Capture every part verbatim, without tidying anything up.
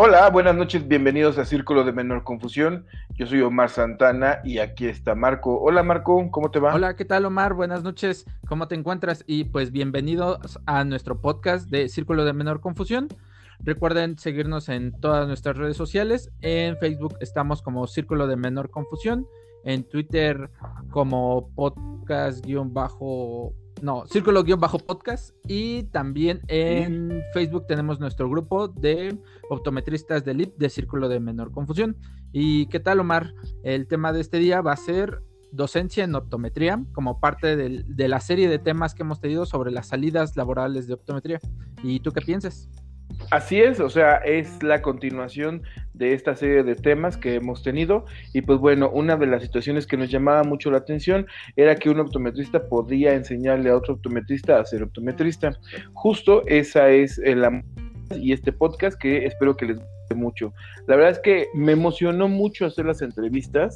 Hola, buenas noches, bienvenidos a Círculo de Menor Confusión. Yo soy Omar Santana y aquí está Marco. Hola Marco, ¿cómo te va? Hola, ¿qué tal, Omar? Buenas noches, ¿cómo te encuentras? Y pues bienvenidos a nuestro podcast de Círculo de Menor Confusión. Recuerden seguirnos en todas nuestras redes sociales. En Facebook estamos como Círculo de Menor Confusión, en Twitter como podcast guión bajo, no, Círculo guión bajo podcast, y también en Sí. Facebook tenemos nuestro grupo de optometristas del I P de Círculo de Menor Confusión. ¿Y qué tal, Omar? El tema de este día va a ser docencia en optometría, como parte de, de la serie de temas que hemos tenido sobre las salidas laborales de optometría. ¿Y tú qué piensas? Así es, o sea, es la continuación de esta serie de temas que hemos tenido y pues bueno, una de las situaciones que nos llamaba mucho la atención era que un optometrista podía enseñarle a otro optometrista a ser optometrista. Justo esa es la y este podcast que espero que les guste mucho. La verdad es que me emocionó mucho hacer las entrevistas,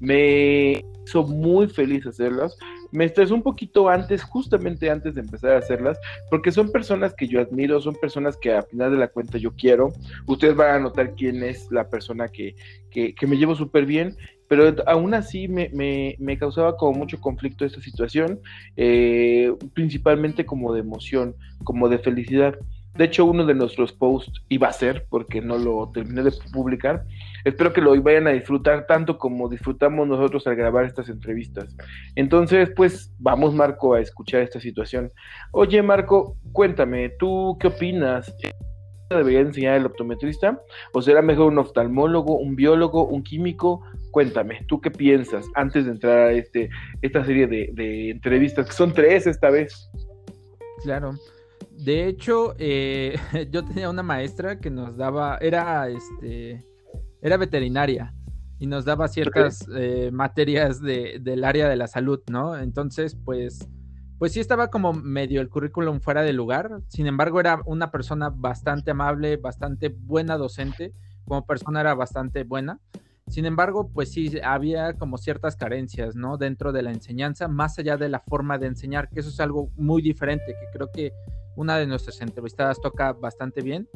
me hizo muy feliz hacerlas, me estresó un poquito antes, justamente antes de empezar a hacerlas, porque son personas que yo admiro, son personas que a final de la cuenta yo quiero. Ustedes van a notar quién es la persona que, que, que me llevo súper bien, pero aún así me, me, me, causaba como mucho conflicto esta situación, eh, principalmente como de emoción, como de felicidad. De hecho, uno de nuestros posts iba a ser, porque no lo terminé de publicar. Espero que lo vayan a disfrutar tanto como disfrutamos nosotros al grabar estas entrevistas. Entonces, pues, vamos, Marco, a escuchar esta situación. Oye, Marco, cuéntame, ¿tú qué opinas? ¿Debería enseñar el optometrista? ¿O será mejor un oftalmólogo, un biólogo, un químico? Cuéntame, ¿tú qué piensas antes de entrar a este, esta serie de, de entrevistas, que son tres esta vez? Claro. De hecho, eh, yo tenía una maestra que nos daba, era, este, era veterinaria y nos daba Okay. ciertas eh, materias de, del área de la salud, ¿no? Entonces, pues, pues sí estaba como medio el currículum fuera de lugar. Sin embargo, era una persona bastante amable, bastante buena docente. Como persona era bastante buena. Sin embargo, pues sí había como ciertas carencias, ¿no? Dentro de la enseñanza, más allá de la forma de enseñar, que eso es algo muy diferente, que creo que una de nuestras entrevistadas toca bastante bien,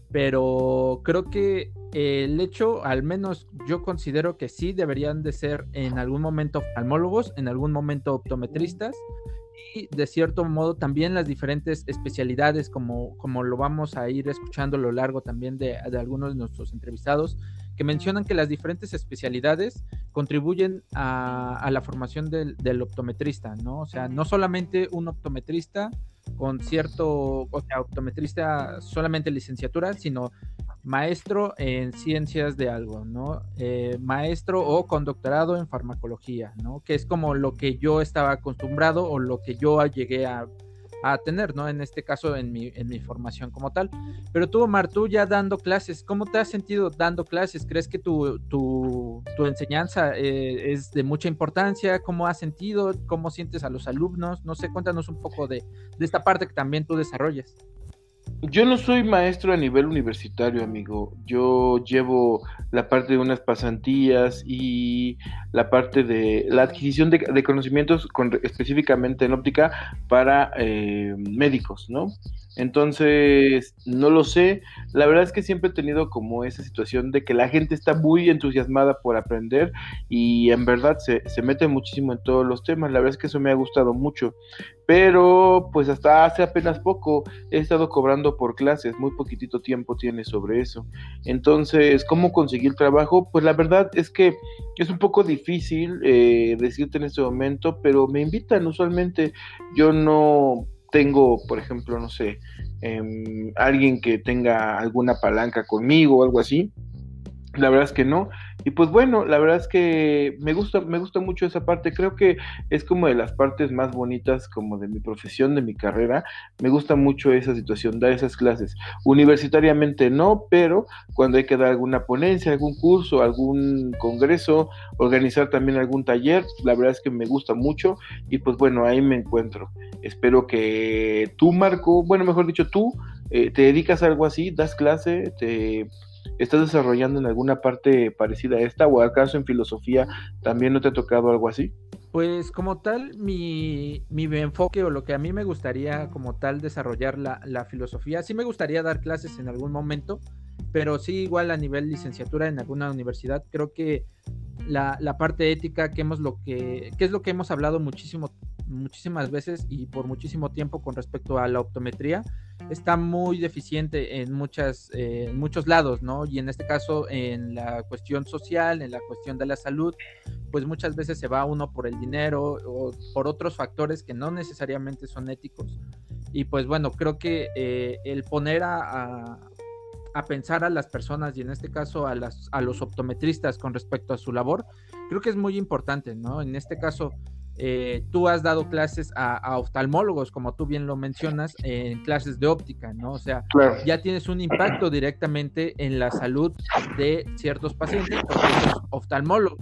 pero creo que el hecho, al menos yo considero que sí deberían de ser en algún momento oftalmólogos, en algún momento optometristas, y de cierto modo también las diferentes especialidades, como, como lo vamos a ir escuchando a lo largo también de, de algunos de nuestros entrevistados, que mencionan que las diferentes especialidades contribuyen a, a la formación del, del optometrista, ¿no? O sea, no solamente un optometrista con cierto, o sea, optometrista solamente licenciatura, sino maestro en ciencias de algo, ¿no? Eh, maestro o con doctorado en farmacología, ¿no? Que es como lo que yo estaba acostumbrado o lo que yo llegué a, a tener, ¿no? En este caso, en mi, en mi formación como tal. Pero tú, Omar, tú ya dando clases, ¿cómo te has sentido dando clases? ¿Crees que tu, tu, tu enseñanza eh, es de mucha importancia? ¿Cómo has sentido? ¿Cómo sientes a los alumnos? No sé, cuéntanos un poco de, de esta parte que también tú desarrollas. Yo no soy maestro a nivel universitario, amigo. Yo llevo la parte de unas pasantías y la parte de la adquisición de, de conocimientos con, específicamente en óptica para eh, médicos, ¿no? Entonces, no lo sé. La verdad es que siempre he tenido como esa situación de que la gente está muy entusiasmada por aprender y en verdad se, se mete muchísimo en todos los temas. La verdad es que eso me ha gustado mucho. Pero, pues hasta hace apenas poco he estado cobrando por clases, muy poquitito tiempo tiene sobre eso. Entonces, ¿cómo conseguir trabajo? Pues la verdad es que es un poco difícil eh, decirte en este momento, pero me invitan usualmente. Yo no tengo, por ejemplo, no sé, eh, alguien que tenga alguna palanca conmigo o algo así. La verdad es que no. Y pues bueno, la verdad es que me gusta, me gusta mucho esa parte. Creo que es como de las partes más bonitas como de mi profesión, de mi carrera. Me gusta mucho esa situación, dar esas clases. Universitariamente no, pero cuando hay que dar alguna ponencia, algún curso, algún congreso, organizar también algún taller, la verdad es que me gusta mucho y pues bueno, ahí me encuentro. Espero que tú, Marco, bueno, mejor dicho, tú eh, te dedicas a algo así, das clase, te ¿estás desarrollando en alguna parte parecida a esta o acaso en filosofía también no te ha tocado algo así? Pues como tal, mi, mi enfoque o lo que a mí me gustaría como tal desarrollar la, la filosofía, sí me gustaría dar clases en algún momento, pero sí igual a nivel licenciatura en alguna universidad, creo que la, la parte ética, que hemos lo que, que es lo que hemos hablado muchísimo, muchísimas veces y por muchísimo tiempo con respecto a la optometría, está muy deficiente en muchas, eh, en muchos lados, ¿no? Y en este caso, en la cuestión social, en la cuestión de la salud, pues muchas veces se va uno por el dinero o por otros factores que no necesariamente son éticos. Y pues bueno, creo que eh, el poner a, a, a pensar a las personas y en este caso a, las, a los optometristas con respecto a su labor, creo que es muy importante, ¿no? En este caso, eh, tú has dado clases a, a oftalmólogos, como tú bien lo mencionas, en clases de óptica, ¿no? O sea, Claro. ya tienes un impacto directamente en la salud de ciertos pacientes porque esos oftalmólogos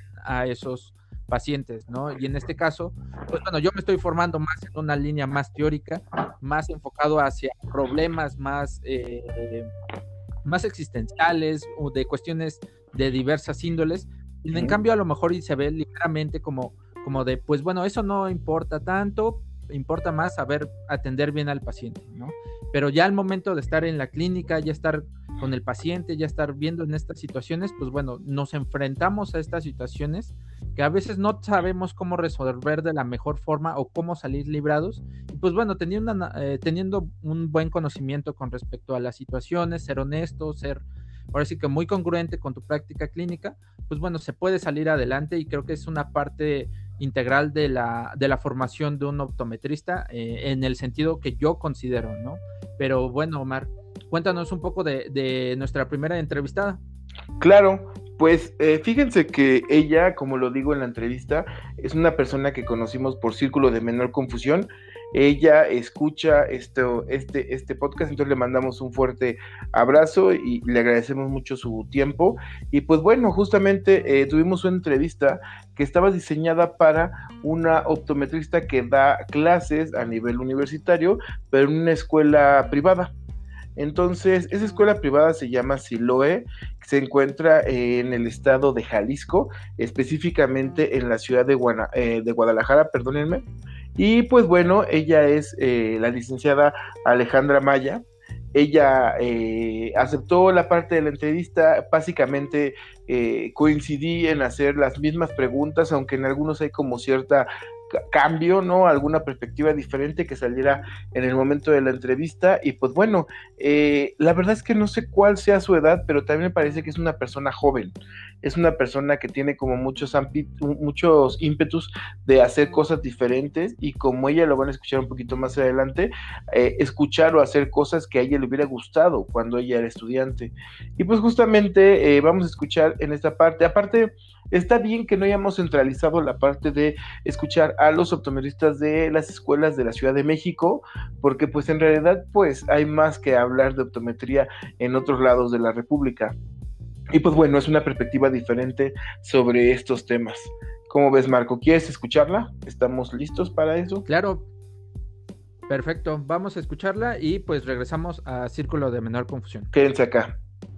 a esos pacientes, ¿no? Y en este caso, pues bueno, yo me estoy formando más en una línea más teórica, más enfocado hacia problemas más, eh, más existenciales o de cuestiones de diversas índoles, y en cambio a lo mejor y se ve ligeramente como, como de, pues bueno, eso no importa tanto, importa más saber atender bien al paciente, ¿no? Pero ya al momento de estar en la clínica, ya estar con el paciente, ya estar viendo en estas situaciones, pues bueno, nos enfrentamos a estas situaciones que a veces no sabemos cómo resolver de la mejor forma o cómo salir librados. Y pues bueno, teniendo, una, eh, teniendo un buen conocimiento con respecto a las situaciones, ser honesto, ser ahora sí que muy congruente con tu práctica clínica, pues bueno, se puede salir adelante y creo que es una parte integral de la, de la formación de un optometrista eh, en el sentido que yo considero, ¿no? Pero bueno, Omar, cuéntanos un poco de, de nuestra primera entrevistada. Claro, pues eh, fíjense que ella, como lo digo en la entrevista, es una persona que conocimos por Círculo de Menor Confusión. Ella escucha esto, este, este podcast, entonces le mandamos un fuerte abrazo y le agradecemos mucho su tiempo. Y pues bueno, justamente eh, tuvimos una entrevista que estaba diseñada para una optometrista que da clases a nivel universitario, pero en una escuela privada. Entonces, esa escuela privada se llama Siloe, se encuentra en el estado de Jalisco, específicamente en la ciudad de, Guana, eh, de Guadalajara, perdónenme. Y pues bueno, ella es eh, la licenciada Alejandra Maya. Ella eh, aceptó la parte de la entrevista, básicamente eh, coincidí en hacer las mismas preguntas, aunque en algunos hay como cierta cambio, ¿no? Alguna perspectiva diferente que saliera en el momento de la entrevista. Y pues bueno, eh, la verdad es que no sé cuál sea su edad, pero también me parece que es una persona joven, es una persona que tiene como muchos, muchos ímpetus de hacer cosas diferentes, y como ella lo van a escuchar un poquito más adelante, eh, escuchar o hacer cosas que a ella le hubiera gustado cuando ella era estudiante. Y pues justamente eh, vamos a escuchar en esta parte, aparte está bien que no hayamos centralizado la parte de escuchar a los optometristas de las escuelas de la Ciudad de México, porque pues en realidad pues hay más que hablar de optometría en otros lados de la República. Y pues bueno, es una perspectiva diferente sobre estos temas. ¿Cómo ves, Marco? ¿Quieres escucharla? ¿Estamos listos para eso? Claro, perfecto. Vamos a escucharla y pues regresamos a Círculo de Menor Confusión. Quédense acá.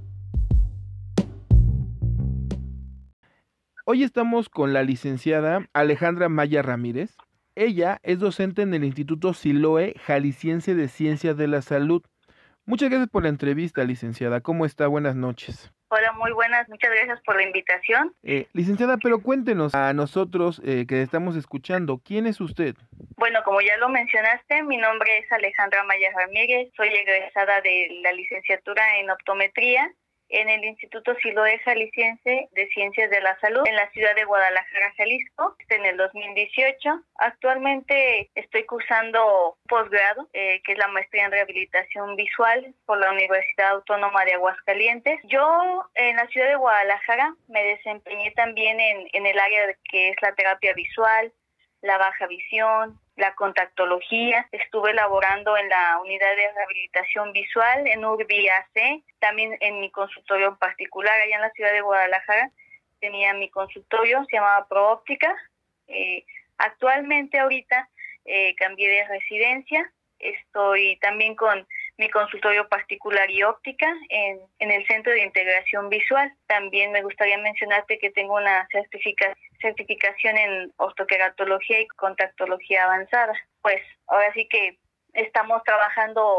Hoy estamos con la licenciada Alejandra Maya Ramírez. Ella es docente en el Instituto Siloe Jalisciense de Ciencias de la Salud. Muchas gracias por la entrevista, licenciada. ¿Cómo está? Buenas noches. Hola, muy buenas. Muchas gracias por la invitación. Eh, licenciada, pero cuéntenos a nosotros eh, que estamos escuchando, ¿quién es usted? Bueno, como ya lo mencionaste, mi nombre es Alejandra Maya Ramírez. Soy egresada de la licenciatura en optometría en el Instituto Siloe Jalisciense de Ciencias de la Salud en la ciudad de Guadalajara, Jalisco, en el dos mil dieciocho. Actualmente estoy cursando posgrado, eh, que es la maestría en rehabilitación visual por la Universidad Autónoma de Aguascalientes. Yo en la ciudad de Guadalajara me desempeñé también en, en el área de que es la terapia visual, la baja visión, la contactología. Estuve laborando en la unidad de rehabilitación visual en Urbi A C, también en mi consultorio en particular allá en la ciudad de Guadalajara. Tenía mi consultorio, se llamaba ProOptica. Eh, actualmente ahorita eh, cambié de residencia. Estoy también con mi consultorio particular y óptica en, en el Centro de Integración Visual. También me gustaría mencionarte que tengo una certifica, certificación en ortoqueratología y contactología avanzada. Pues ahora sí que estamos trabajando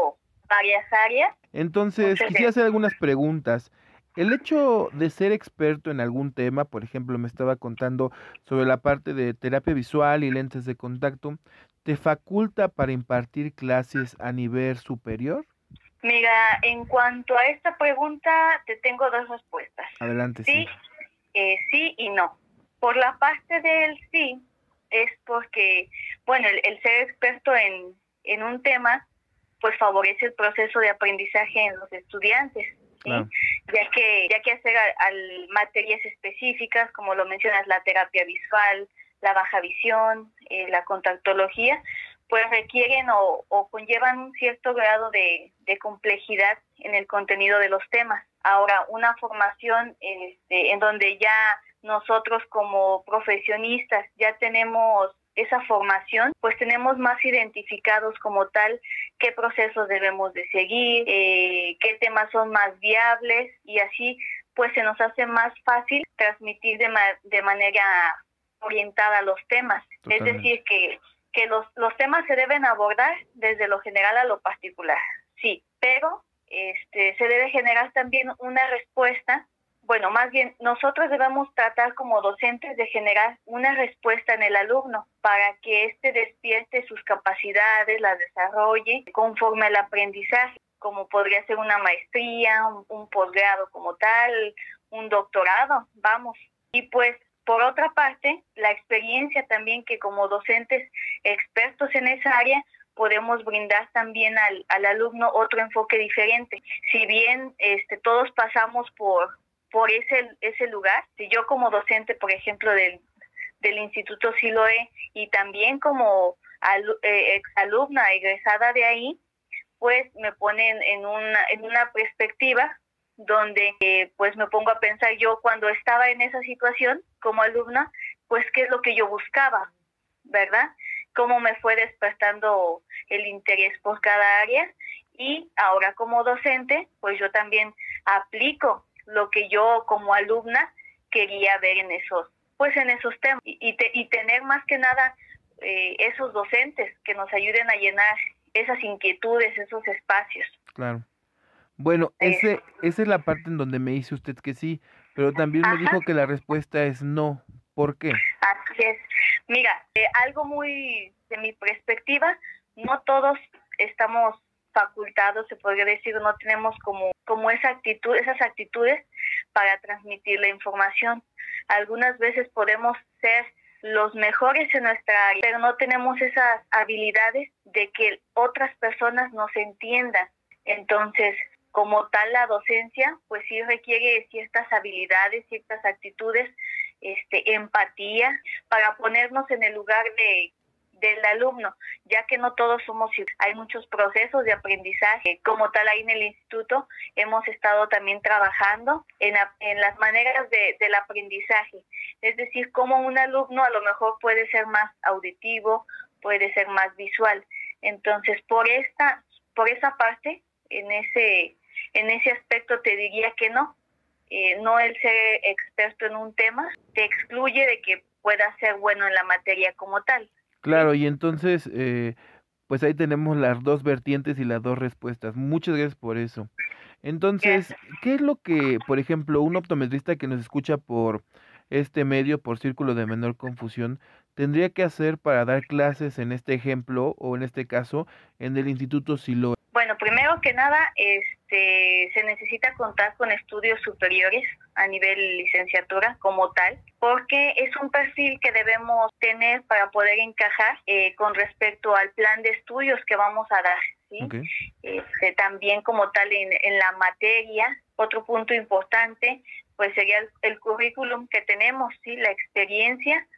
varias áreas. Entonces, Entonces, quisiera hacer algunas preguntas. El hecho de ser experto en algún tema, por ejemplo, me estaba contando sobre la parte de terapia visual y lentes de contacto, ¿te faculta para impartir clases a nivel superior? Mira, en cuanto a esta pregunta, te tengo dos respuestas. Adelante, Sí, sí. eh, sí y no. Por la parte del sí, es porque, bueno, el, el ser experto en, en un tema, pues favorece el proceso de aprendizaje en los estudiantes, ¿sí? Claro. Ya que, ya que hacer a- al materias específicas, como lo mencionas, la terapia visual, la baja visión, eh, la contactología, pues requieren o, o conllevan un cierto grado de, de complejidad en el contenido de los temas. Ahora, una formación este, en donde ya nosotros como profesionistas ya tenemos esa formación, pues tenemos más identificados como tal qué procesos debemos de seguir, eh, qué temas son más viables, y así pues se nos hace más fácil transmitir de, ma- de manera orientada a los temas. Totalmente. Es decir, que, que los, los temas se deben abordar desde lo general a lo particular, sí, pero este, se debe generar también una respuesta. Bueno, más bien, nosotros debemos tratar como docentes de generar una respuesta en el alumno para que éste despierte sus capacidades, las desarrolle conforme al aprendizaje, como podría ser una maestría, un, un posgrado como tal, un doctorado, vamos. Y pues, por otra parte, la experiencia también que como docentes expertos en esa área podemos brindar también al, al alumno otro enfoque diferente. Si bien este, todos pasamos por por ese ese lugar, si yo como docente, por ejemplo, del, del Instituto Siloé, y también como alu, eh, exalumna egresada de ahí, pues me ponen en una, en una perspectiva donde eh, pues me pongo a pensar yo cuando estaba en esa situación como alumna, pues qué es lo que yo buscaba, ¿verdad? Cómo me fue despertando el interés por cada área, y ahora como docente, pues yo también aplico lo que yo como alumna quería ver en esos, pues en esos temas, y, y, te, y tener más que nada eh, esos docentes que nos ayuden a llenar esas inquietudes, esos espacios. Claro. Bueno, Eh, ese, esa es la parte en donde me dice usted que sí, pero también me ajá, dijo que la respuesta es no. ¿Por qué? así es. Mira, eh, algo muy de mi perspectiva, no todos estamos facultados, se podría decir, no tenemos como, como esa actitud, esas actitudes para transmitir la información. Algunas veces podemos ser los mejores en nuestra área, pero no tenemos esas habilidades de que otras personas nos entiendan. Entonces, como tal, la docencia, pues sí requiere ciertas habilidades, ciertas actitudes, este, empatía, para ponernos en el lugar de del alumno, ya que no todos somos iguales. Hay muchos procesos de aprendizaje. Como tal, ahí en el instituto hemos estado también trabajando en, en las maneras de, del aprendizaje. Es decir, cómo un alumno a lo mejor puede ser más auditivo, puede ser más visual. Entonces, por esta, por esa parte, en ese, en ese aspecto te diría que no. Eh, no el ser experto en un tema te excluye de que puedas ser bueno en la materia como tal. Claro, y entonces, eh, pues ahí tenemos las dos vertientes y las dos respuestas. Muchas gracias por eso. Entonces, ¿qué es lo que, por ejemplo, un optometrista que nos escucha por este medio, por Círculo de Menor Confusión, tendría que hacer para dar clases en este ejemplo o en este caso en el Instituto Siloé? Bueno, primero que nada, este, se necesita contar con estudios superiores a nivel licenciatura como tal, porque es un perfil que debemos tener para poder encajar eh, con respecto al plan de estudios que vamos a dar, ¿sí? Okay. Este, también como tal en, en la materia. Otro punto importante, pues sería el, el currículum que tenemos, ¿sí? La experiencia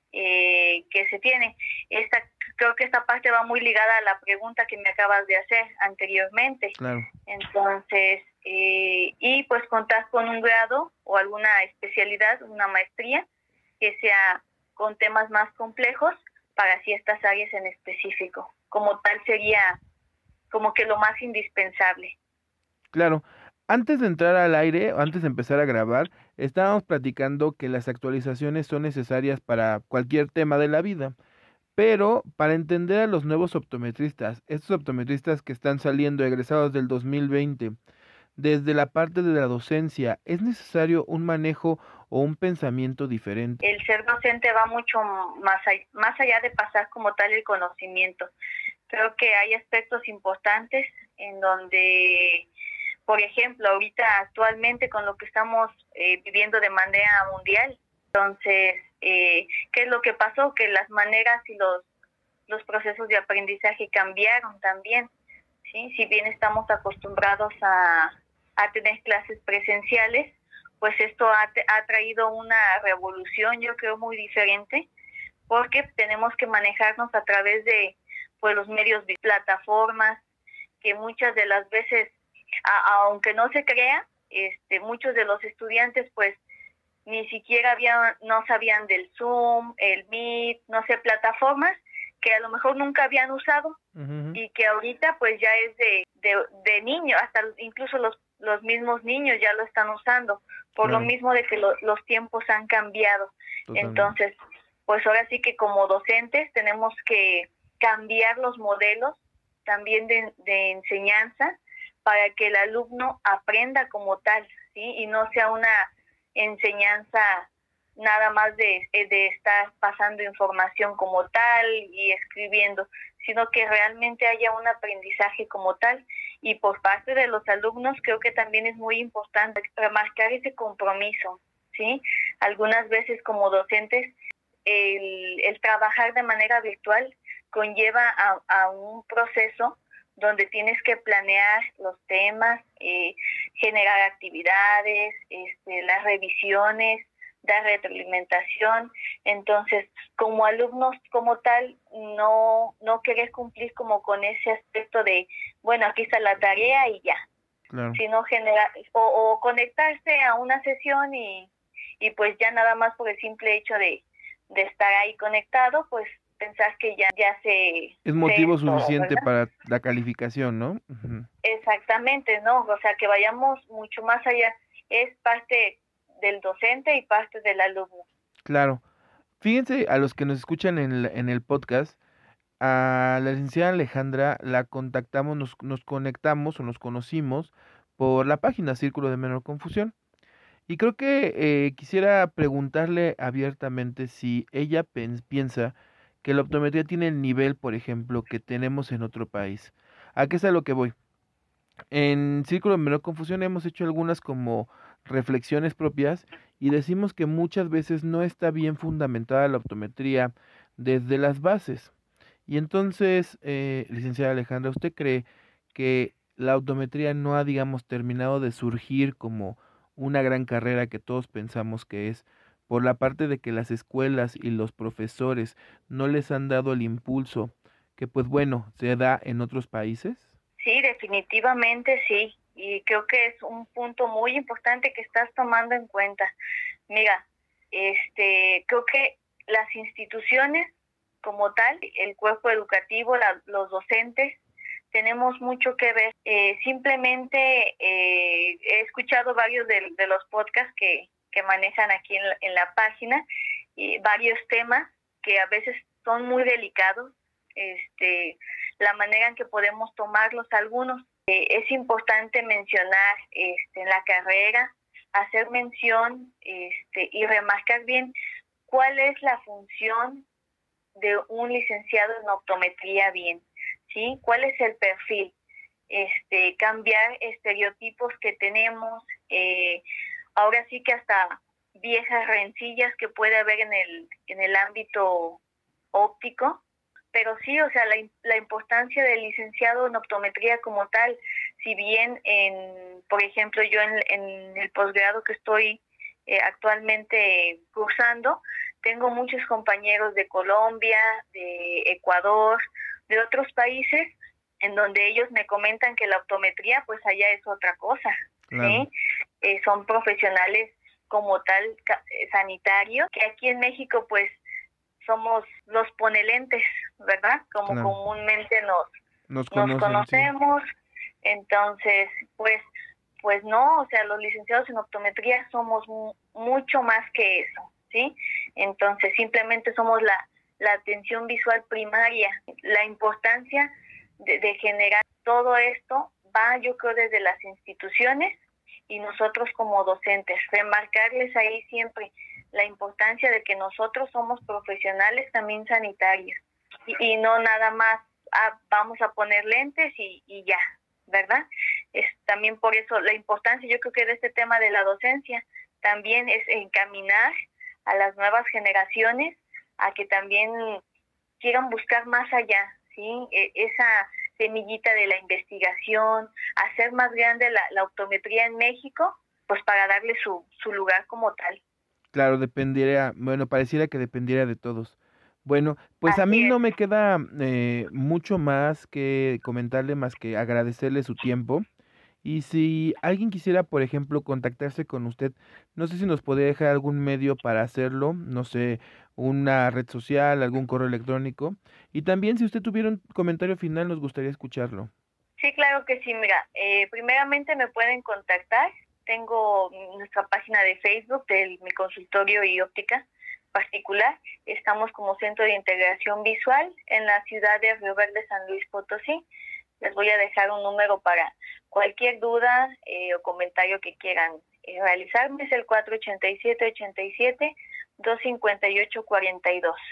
eh, que se tiene. Esta, creo que esta parte va muy ligada a la pregunta que me acabas de hacer anteriormente. Claro. Entonces, eh, y pues contar con un grado o alguna especialidad, una maestría que sea con temas más complejos para ciertas áreas en específico. Como tal sería como que lo más indispensable. Claro. Antes de entrar al aire, antes de empezar a grabar, estábamos platicando que las actualizaciones son necesarias para cualquier tema de la vida. Pero para entender a los nuevos optometristas, estos optometristas que están saliendo egresados del dos mil veinte, desde la parte de la docencia, ¿es necesario un manejo o un pensamiento diferente? El ser docente va mucho más allá, más allá de pasar como tal el conocimiento. Creo que hay aspectos importantes en donde, por ejemplo, ahorita actualmente con lo que estamos eh, viviendo de manera mundial, entonces, eh, ¿qué es lo que pasó? Que las maneras y los, los procesos de aprendizaje cambiaron también, ¿sí? Si bien estamos acostumbrados a, a tener clases presenciales, pues esto ha, ha traído una revolución, yo creo, muy diferente, porque tenemos que manejarnos a través de pues los medios, plataformas, que muchas de las veces, a, aunque no se crea, este, muchos de los estudiantes pues ni siquiera habían, no sabían del Zoom, el Meet, no sé, plataformas que a lo mejor nunca habían usado, uh-huh. Y que ahorita pues ya es de, de, de niños, hasta incluso los, los mismos niños ya lo están usando, por claro. Lo mismo de que lo, los tiempos han cambiado. Totalmente. Entonces, pues ahora sí que como docentes tenemos que cambiar los modelos también de, de enseñanza para que el alumno aprenda como tal, ¿sí? Y no sea una enseñanza nada más de, de estar pasando información como tal y escribiendo, sino que realmente haya un aprendizaje como tal. Y por parte de los alumnos creo que también es muy importante remarcar ese compromiso, ¿sí? Algunas veces como docentes el, el trabajar de manera virtual conlleva a, a un proceso donde tienes que planear los temas, eh, generar actividades, este, las revisiones, dar retroalimentación. Entonces, como alumnos como tal, no no querer cumplir como con ese aspecto de, bueno, aquí está la tarea y ya, claro. Sino generar o, o conectarse a una sesión y, y pues ya nada más por el simple hecho de, de estar ahí conectado, pues pensar que ya, ya se... Es motivo se suficiente todo, para la calificación, ¿no? Uh-huh. Exactamente, ¿no? O sea, que vayamos mucho más allá. Es parte del docente y parte del alumno. Claro. Fíjense, a los que nos escuchan en el, en el podcast, a la licenciada Alejandra la contactamos, nos, nos conectamos o nos conocimos por la página Círculo de Menor Confusión. Y creo que eh, quisiera preguntarle abiertamente si ella pens- piensa que la optometría tiene el nivel, por ejemplo, que tenemos en otro país. ¿A qué es a lo que voy? En Círculo de Menor Confusión hemos hecho algunas como reflexiones propias y decimos que muchas veces no está bien fundamentada la optometría desde las bases. Y entonces, eh, licenciada Alejandra, ¿usted cree que la optometría no ha, digamos, terminado de surgir como una gran carrera que todos pensamos que es, por la parte de que las escuelas y los profesores no les han dado el impulso que, pues bueno, se da en otros países? Sí, definitivamente sí, y creo que es un punto muy importante que estás tomando en cuenta. Mira, este, creo que las instituciones como tal, el cuerpo educativo, la, los docentes, tenemos mucho que ver. Eh, simplemente eh, he escuchado varios de, de los podcasts que, que manejan aquí en la, en la página, y varios temas que a veces son muy delicados, este, la manera en que podemos tomarlos algunos. Eh, es importante mencionar este, en la carrera, hacer mención este, y remarcar bien cuál es la función de un licenciado en optometría bien, ¿sí? ¿Cuál es el perfil? Este, cambiar estereotipos que tenemos, eh, ahora sí que hasta viejas rencillas que puede haber en el, en el ámbito óptico, pero sí, o sea, la, la importancia del licenciado en optometría como tal, si bien, en, por ejemplo, yo en, en el posgrado que estoy eh, actualmente cursando, tengo muchos compañeros de Colombia, de Ecuador, de otros países, en donde ellos me comentan que la optometría, pues allá es otra cosa, claro. ¿Sí? Eh, son profesionales como tal sanitarios, que aquí en México, pues, somos los ponelentes, ¿verdad? Como claro. Comúnmente nos, nos, conocen, nos conocemos, sí. Entonces, pues, pues no, o sea, los licenciados en optometría somos mu- mucho más que eso, ¿sí? Entonces, simplemente somos la, la atención visual primaria. La importancia de, de generar todo esto va, yo creo, desde las instituciones y nosotros como docentes, remarcarles ahí siempre la importancia de que nosotros somos profesionales también sanitarios y, y no nada más ah, vamos a poner lentes y, y ya, ¿verdad? Es también por eso la importancia, yo creo que de este tema de la docencia también es encaminar a las nuevas generaciones a que también quieran buscar más allá, ¿sí? E- esa semillita de la investigación, hacer más grande la, la optometría en México, pues para darle su, su lugar como tal. Claro, dependería, bueno, pareciera que dependiera de todos. Bueno, pues a Así mí es. no me queda eh, mucho más que comentarle, más que agradecerle su tiempo. Y si alguien quisiera, por ejemplo, contactarse con usted, no sé si nos podría dejar algún medio para hacerlo, no sé, una red social, algún correo electrónico. Y también si usted tuviera un comentario final, nos gustaría escucharlo. Sí, claro que sí. Mira, eh, primeramente me pueden contactar. Tengo nuestra página de Facebook de mi consultorio y óptica particular. Estamos como Centro de Integración Visual en la ciudad de Río Verde, San Luis Potosí. Les voy a dejar un número para cualquier duda eh, o comentario que quieran eh, realizarme. Es el cuatro ochenta y siete, ochenta y siete, doscientos cincuenta y ocho, cuarenta y dos.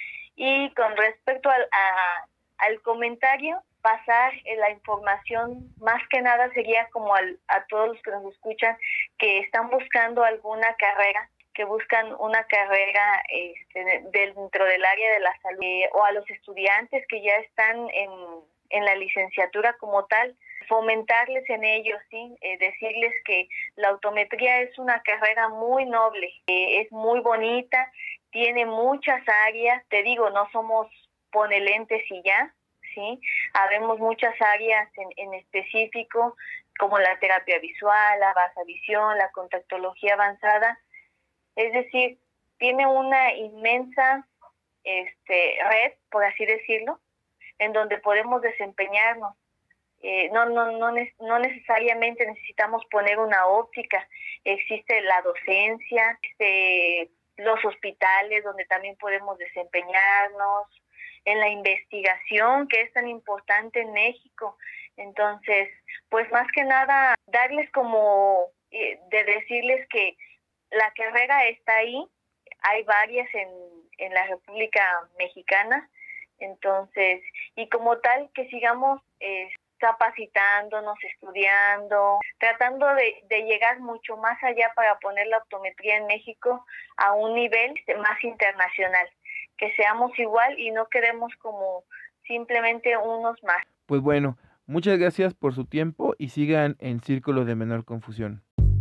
Y con respecto al, a, al comentario, pasar eh, la información, más que nada sería como al, a todos los que nos escuchan, que están buscando alguna carrera, que buscan una carrera este, dentro del área de la salud, eh, o a los estudiantes que ya están en, en la licenciatura como tal, fomentarles en ellos, ¿sí? Eh, decirles que la optometría es una carrera muy noble, eh, es muy bonita, tiene muchas áreas, te digo, no somos pone lentes y ya, ¿sí? Habemos muchas áreas en, en específico, como la terapia visual, la baja visión, la contactología avanzada. Es decir, tiene una inmensa este, red, por así decirlo, en donde podemos desempeñarnos. Eh, no, no, no, no necesariamente necesitamos poner una óptica, existe la docencia, este, los hospitales donde también podemos desempeñarnos, en la investigación que es tan importante en México. Entonces, pues más que nada, darles como, eh, de decirles que la carrera está ahí, hay varias en, en la República Mexicana, entonces, y como tal, que sigamos eh, capacitándonos, estudiando, tratando de, de llegar mucho más allá para poner la optometría en México a un nivel más internacional, que seamos igual y no queremos como simplemente unos más. Pues bueno, muchas gracias por su tiempo y sigan en Círculo de Menor Confusión.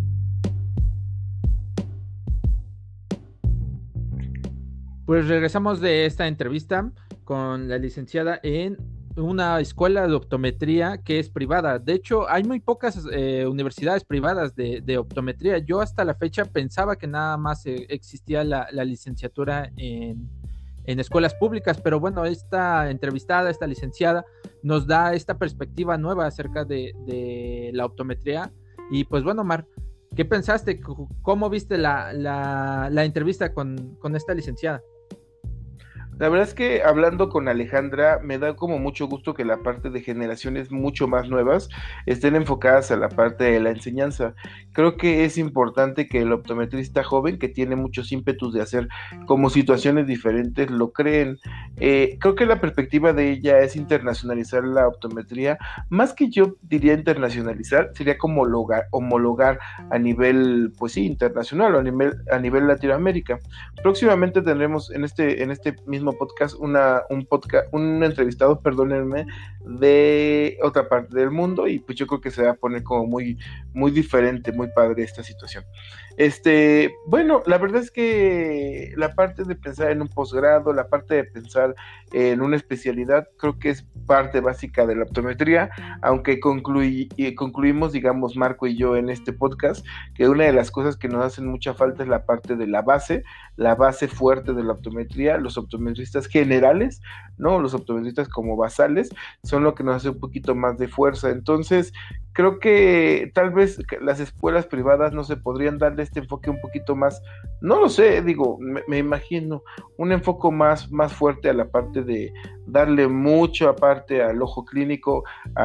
Pues regresamos de esta entrevista con la licenciada en una escuela de optometría que es privada. De hecho, hay muy pocas eh, universidades privadas de, de optometría. Yo hasta la fecha pensaba que nada más eh, existía la, la licenciatura en, en escuelas públicas, pero bueno, esta entrevistada, esta licenciada, nos da esta perspectiva nueva acerca de, de la optometría. Y pues bueno, Mar, ¿qué pensaste? ¿Cómo viste la, la, la entrevista con, con esta licenciada? La verdad es que hablando con Alejandra me da como mucho gusto que la parte de generaciones mucho más nuevas estén enfocadas a la parte de la enseñanza. Creo que es importante que el optometrista joven, que tiene muchos ímpetus de hacer como situaciones diferentes, lo creen. Eh, creo que la perspectiva de ella es internacionalizar la optometría, más que yo diría internacionalizar, sería como homologar, homologar a nivel, pues sí, internacional o a nivel, a nivel Latinoamérica. Próximamente tendremos en este, en este mismo podcast una un podcast un entrevistado, perdónenme, de otra parte del mundo, y pues yo creo que se va a poner como muy muy diferente, muy padre esta situación. Este, bueno, la verdad es que la parte de pensar en un posgrado, la parte de pensar en una especialidad, creo que es parte básica de la optometría, aunque concluí, concluimos, digamos, Marco y yo en este podcast, que una de las cosas que nos hacen mucha falta es la parte de la base, la base fuerte de la optometría. Los optometristas generales, ¿no? Los optometristas como basales son lo que nos hace un poquito más de fuerza. Entonces, creo que tal vez las escuelas privadas no se podrían darle este enfoque un poquito más, no lo sé, digo, me, me imagino, un enfoque más, más fuerte a la parte de darle mucho aparte al ojo clínico,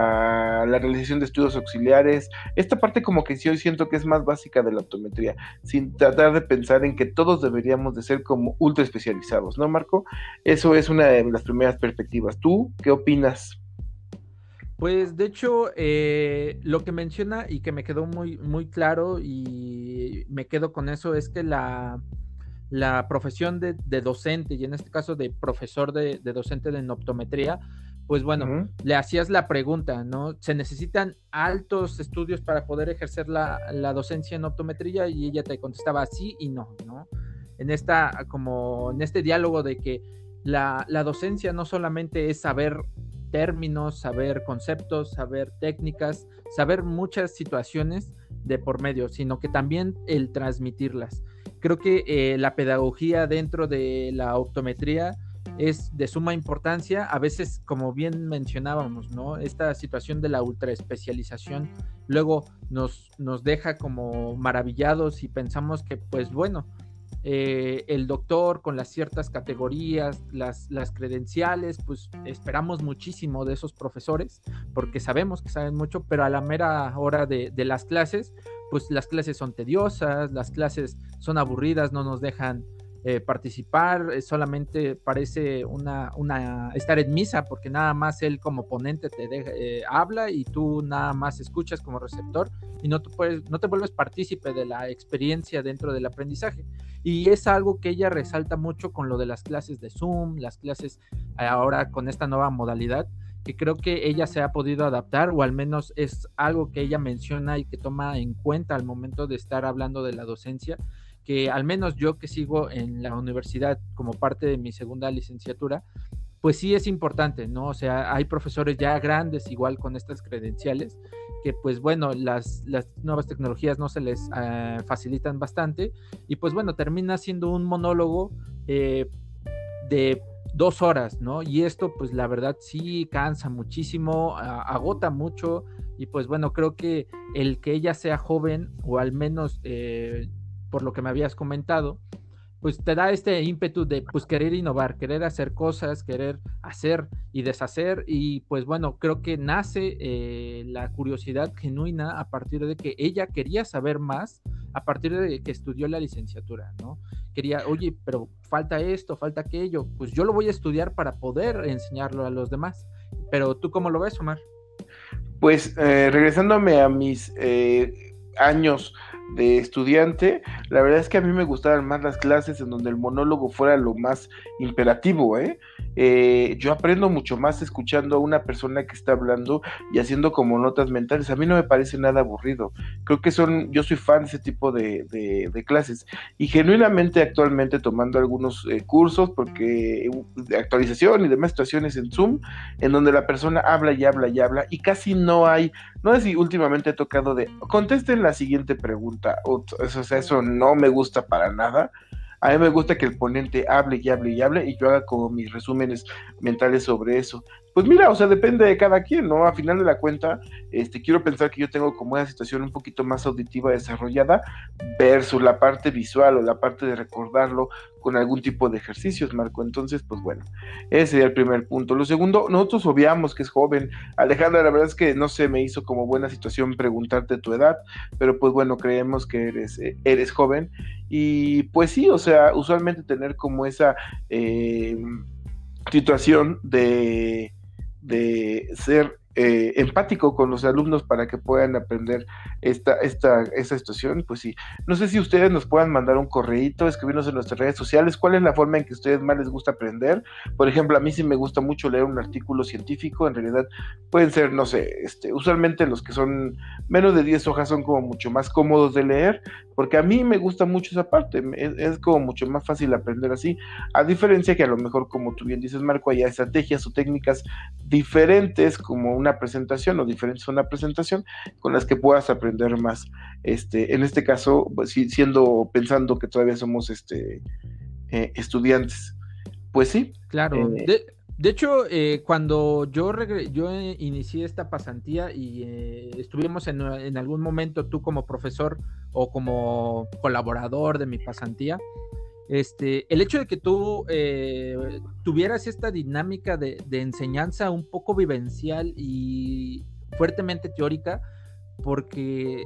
a la realización de estudios auxiliares, esta parte como que sí hoy siento que es más básica de la optometría, sin tratar de pensar en que todos deberíamos de ser como ultra especializados, ¿no, Marco? Eso es una de las primeras perspectivas. ¿Tú qué opinas? Pues de hecho, eh, lo que menciona y que me quedó muy, muy claro y me quedo con eso es que la, la profesión de, de docente, y en este caso de profesor de, de docente de optometría, pues bueno, uh-huh. le hacías la pregunta, ¿no? ¿Se necesitan altos estudios para poder ejercer la, la docencia en optometría? Y ella te contestaba sí y no, ¿no? En esta, como en este diálogo de que la, la docencia no solamente es saber términos, saber conceptos, saber técnicas, saber muchas situaciones de por medio, sino que también el transmitirlas. Creo que eh, la pedagogía dentro de la optometría es de suma importancia. A veces, como bien mencionábamos, ¿no? Esta situación de la ultraespecialización luego nos, nos deja como maravillados y pensamos que, pues bueno, Eh, el doctor con las ciertas categorías, las, las credenciales, pues esperamos muchísimo de esos profesores porque sabemos que saben mucho, pero a la mera hora de, de las clases, pues las clases son tediosas, las clases son aburridas, no nos dejan eh, participar, eh, solamente parece una, una estar en misa porque nada más él como ponente te deja, eh, habla y tú nada más escuchas como receptor y no te, puedes, no te vuelves partícipe de la experiencia dentro del aprendizaje. Y es algo que ella resalta mucho con lo de las clases de Zoom, las clases ahora con esta nueva modalidad, que creo que ella se ha podido adaptar, o al menos es algo que ella menciona y que toma en cuenta al momento de estar hablando de la docencia, que al menos yo que sigo en la universidad como parte de mi segunda licenciatura, pues sí es importante, ¿no? O sea, hay profesores ya grandes igual con estas credenciales que pues bueno, las, las nuevas tecnologías no se les uh, facilitan bastante y pues bueno, termina siendo un monólogo eh, de dos horas, ¿no? Y esto pues la verdad sí cansa muchísimo, uh, agota mucho y pues bueno, creo que el que ella sea joven o al menos eh, por lo que me habías comentado, pues te da este ímpetu de pues querer innovar, querer hacer cosas, querer hacer y deshacer y pues bueno, creo que nace eh, la curiosidad genuina a partir de que ella quería saber más a partir de que estudió la licenciatura, ¿no? Quería, oye, pero falta esto, falta aquello, pues yo lo voy a estudiar para poder enseñarlo a los demás. Pero ¿tú cómo lo ves, Omar? Pues eh, regresándome a mis eh, años de estudiante, la verdad es que a mí me gustaban más las clases en donde el monólogo fuera lo más imperativo, ¿eh? Eh, yo aprendo mucho más escuchando a una persona que está hablando y haciendo como notas mentales. A mí no me parece nada aburrido. Creo que son, yo soy fan de ese tipo de, de, de clases y genuinamente actualmente tomando algunos eh, cursos porque de actualización y demás situaciones en Zoom, en donde la persona habla y habla y habla y casi no hay, no sé si últimamente he tocado de, contesten la siguiente pregunta, o, o sea, eso no me gusta para nada. A mí me gusta que el ponente hable y hable y hable y yo haga como mis resúmenes mentales sobre eso. Pues mira, o sea, depende de cada quien, ¿no? A final de la cuenta, este, quiero pensar que yo tengo como una situación un poquito más auditiva desarrollada versus la parte visual o la parte de recordarlo con algún tipo de ejercicios, Marco. Entonces, pues bueno, ese sería el primer punto. Lo segundo, nosotros obviamos que es joven. Alejandra, la verdad es que no se me hizo como buena situación preguntarte tu edad, pero pues bueno, creemos que eres, eh, eres joven. Y pues sí, o sea, usualmente tener como esa eh, situación de, de ser eh, empático con los alumnos para que puedan aprender esta, esta, esta situación, pues sí. No sé si ustedes nos puedan mandar un correíto, escribirnos en nuestras redes sociales, cuál es la forma en que a ustedes más les gusta aprender. Por ejemplo, a mí sí me gusta mucho leer un artículo científico, en realidad pueden ser, no sé, este, usualmente los que son menos de diez hojas son como mucho más cómodos de leer, porque a mí me gusta mucho esa parte, es, es como mucho más fácil aprender así, a diferencia que a lo mejor, como tú bien dices, Marco, hay estrategias o técnicas diferentes como una presentación o diferentes a una presentación con las que puedas aprender más. Este, en este caso, pues, siendo, pensando que todavía somos este, eh, estudiantes. Pues sí. Claro. Eh, de, de hecho, eh, cuando yo, regre- yo eh, inicié esta pasantía y eh, estuvimos en, en algún momento tú como profesor o como colaborador de mi pasantía, Este, el hecho de que tú eh, tuvieras esta dinámica de, de enseñanza un poco vivencial y fuertemente teórica, porque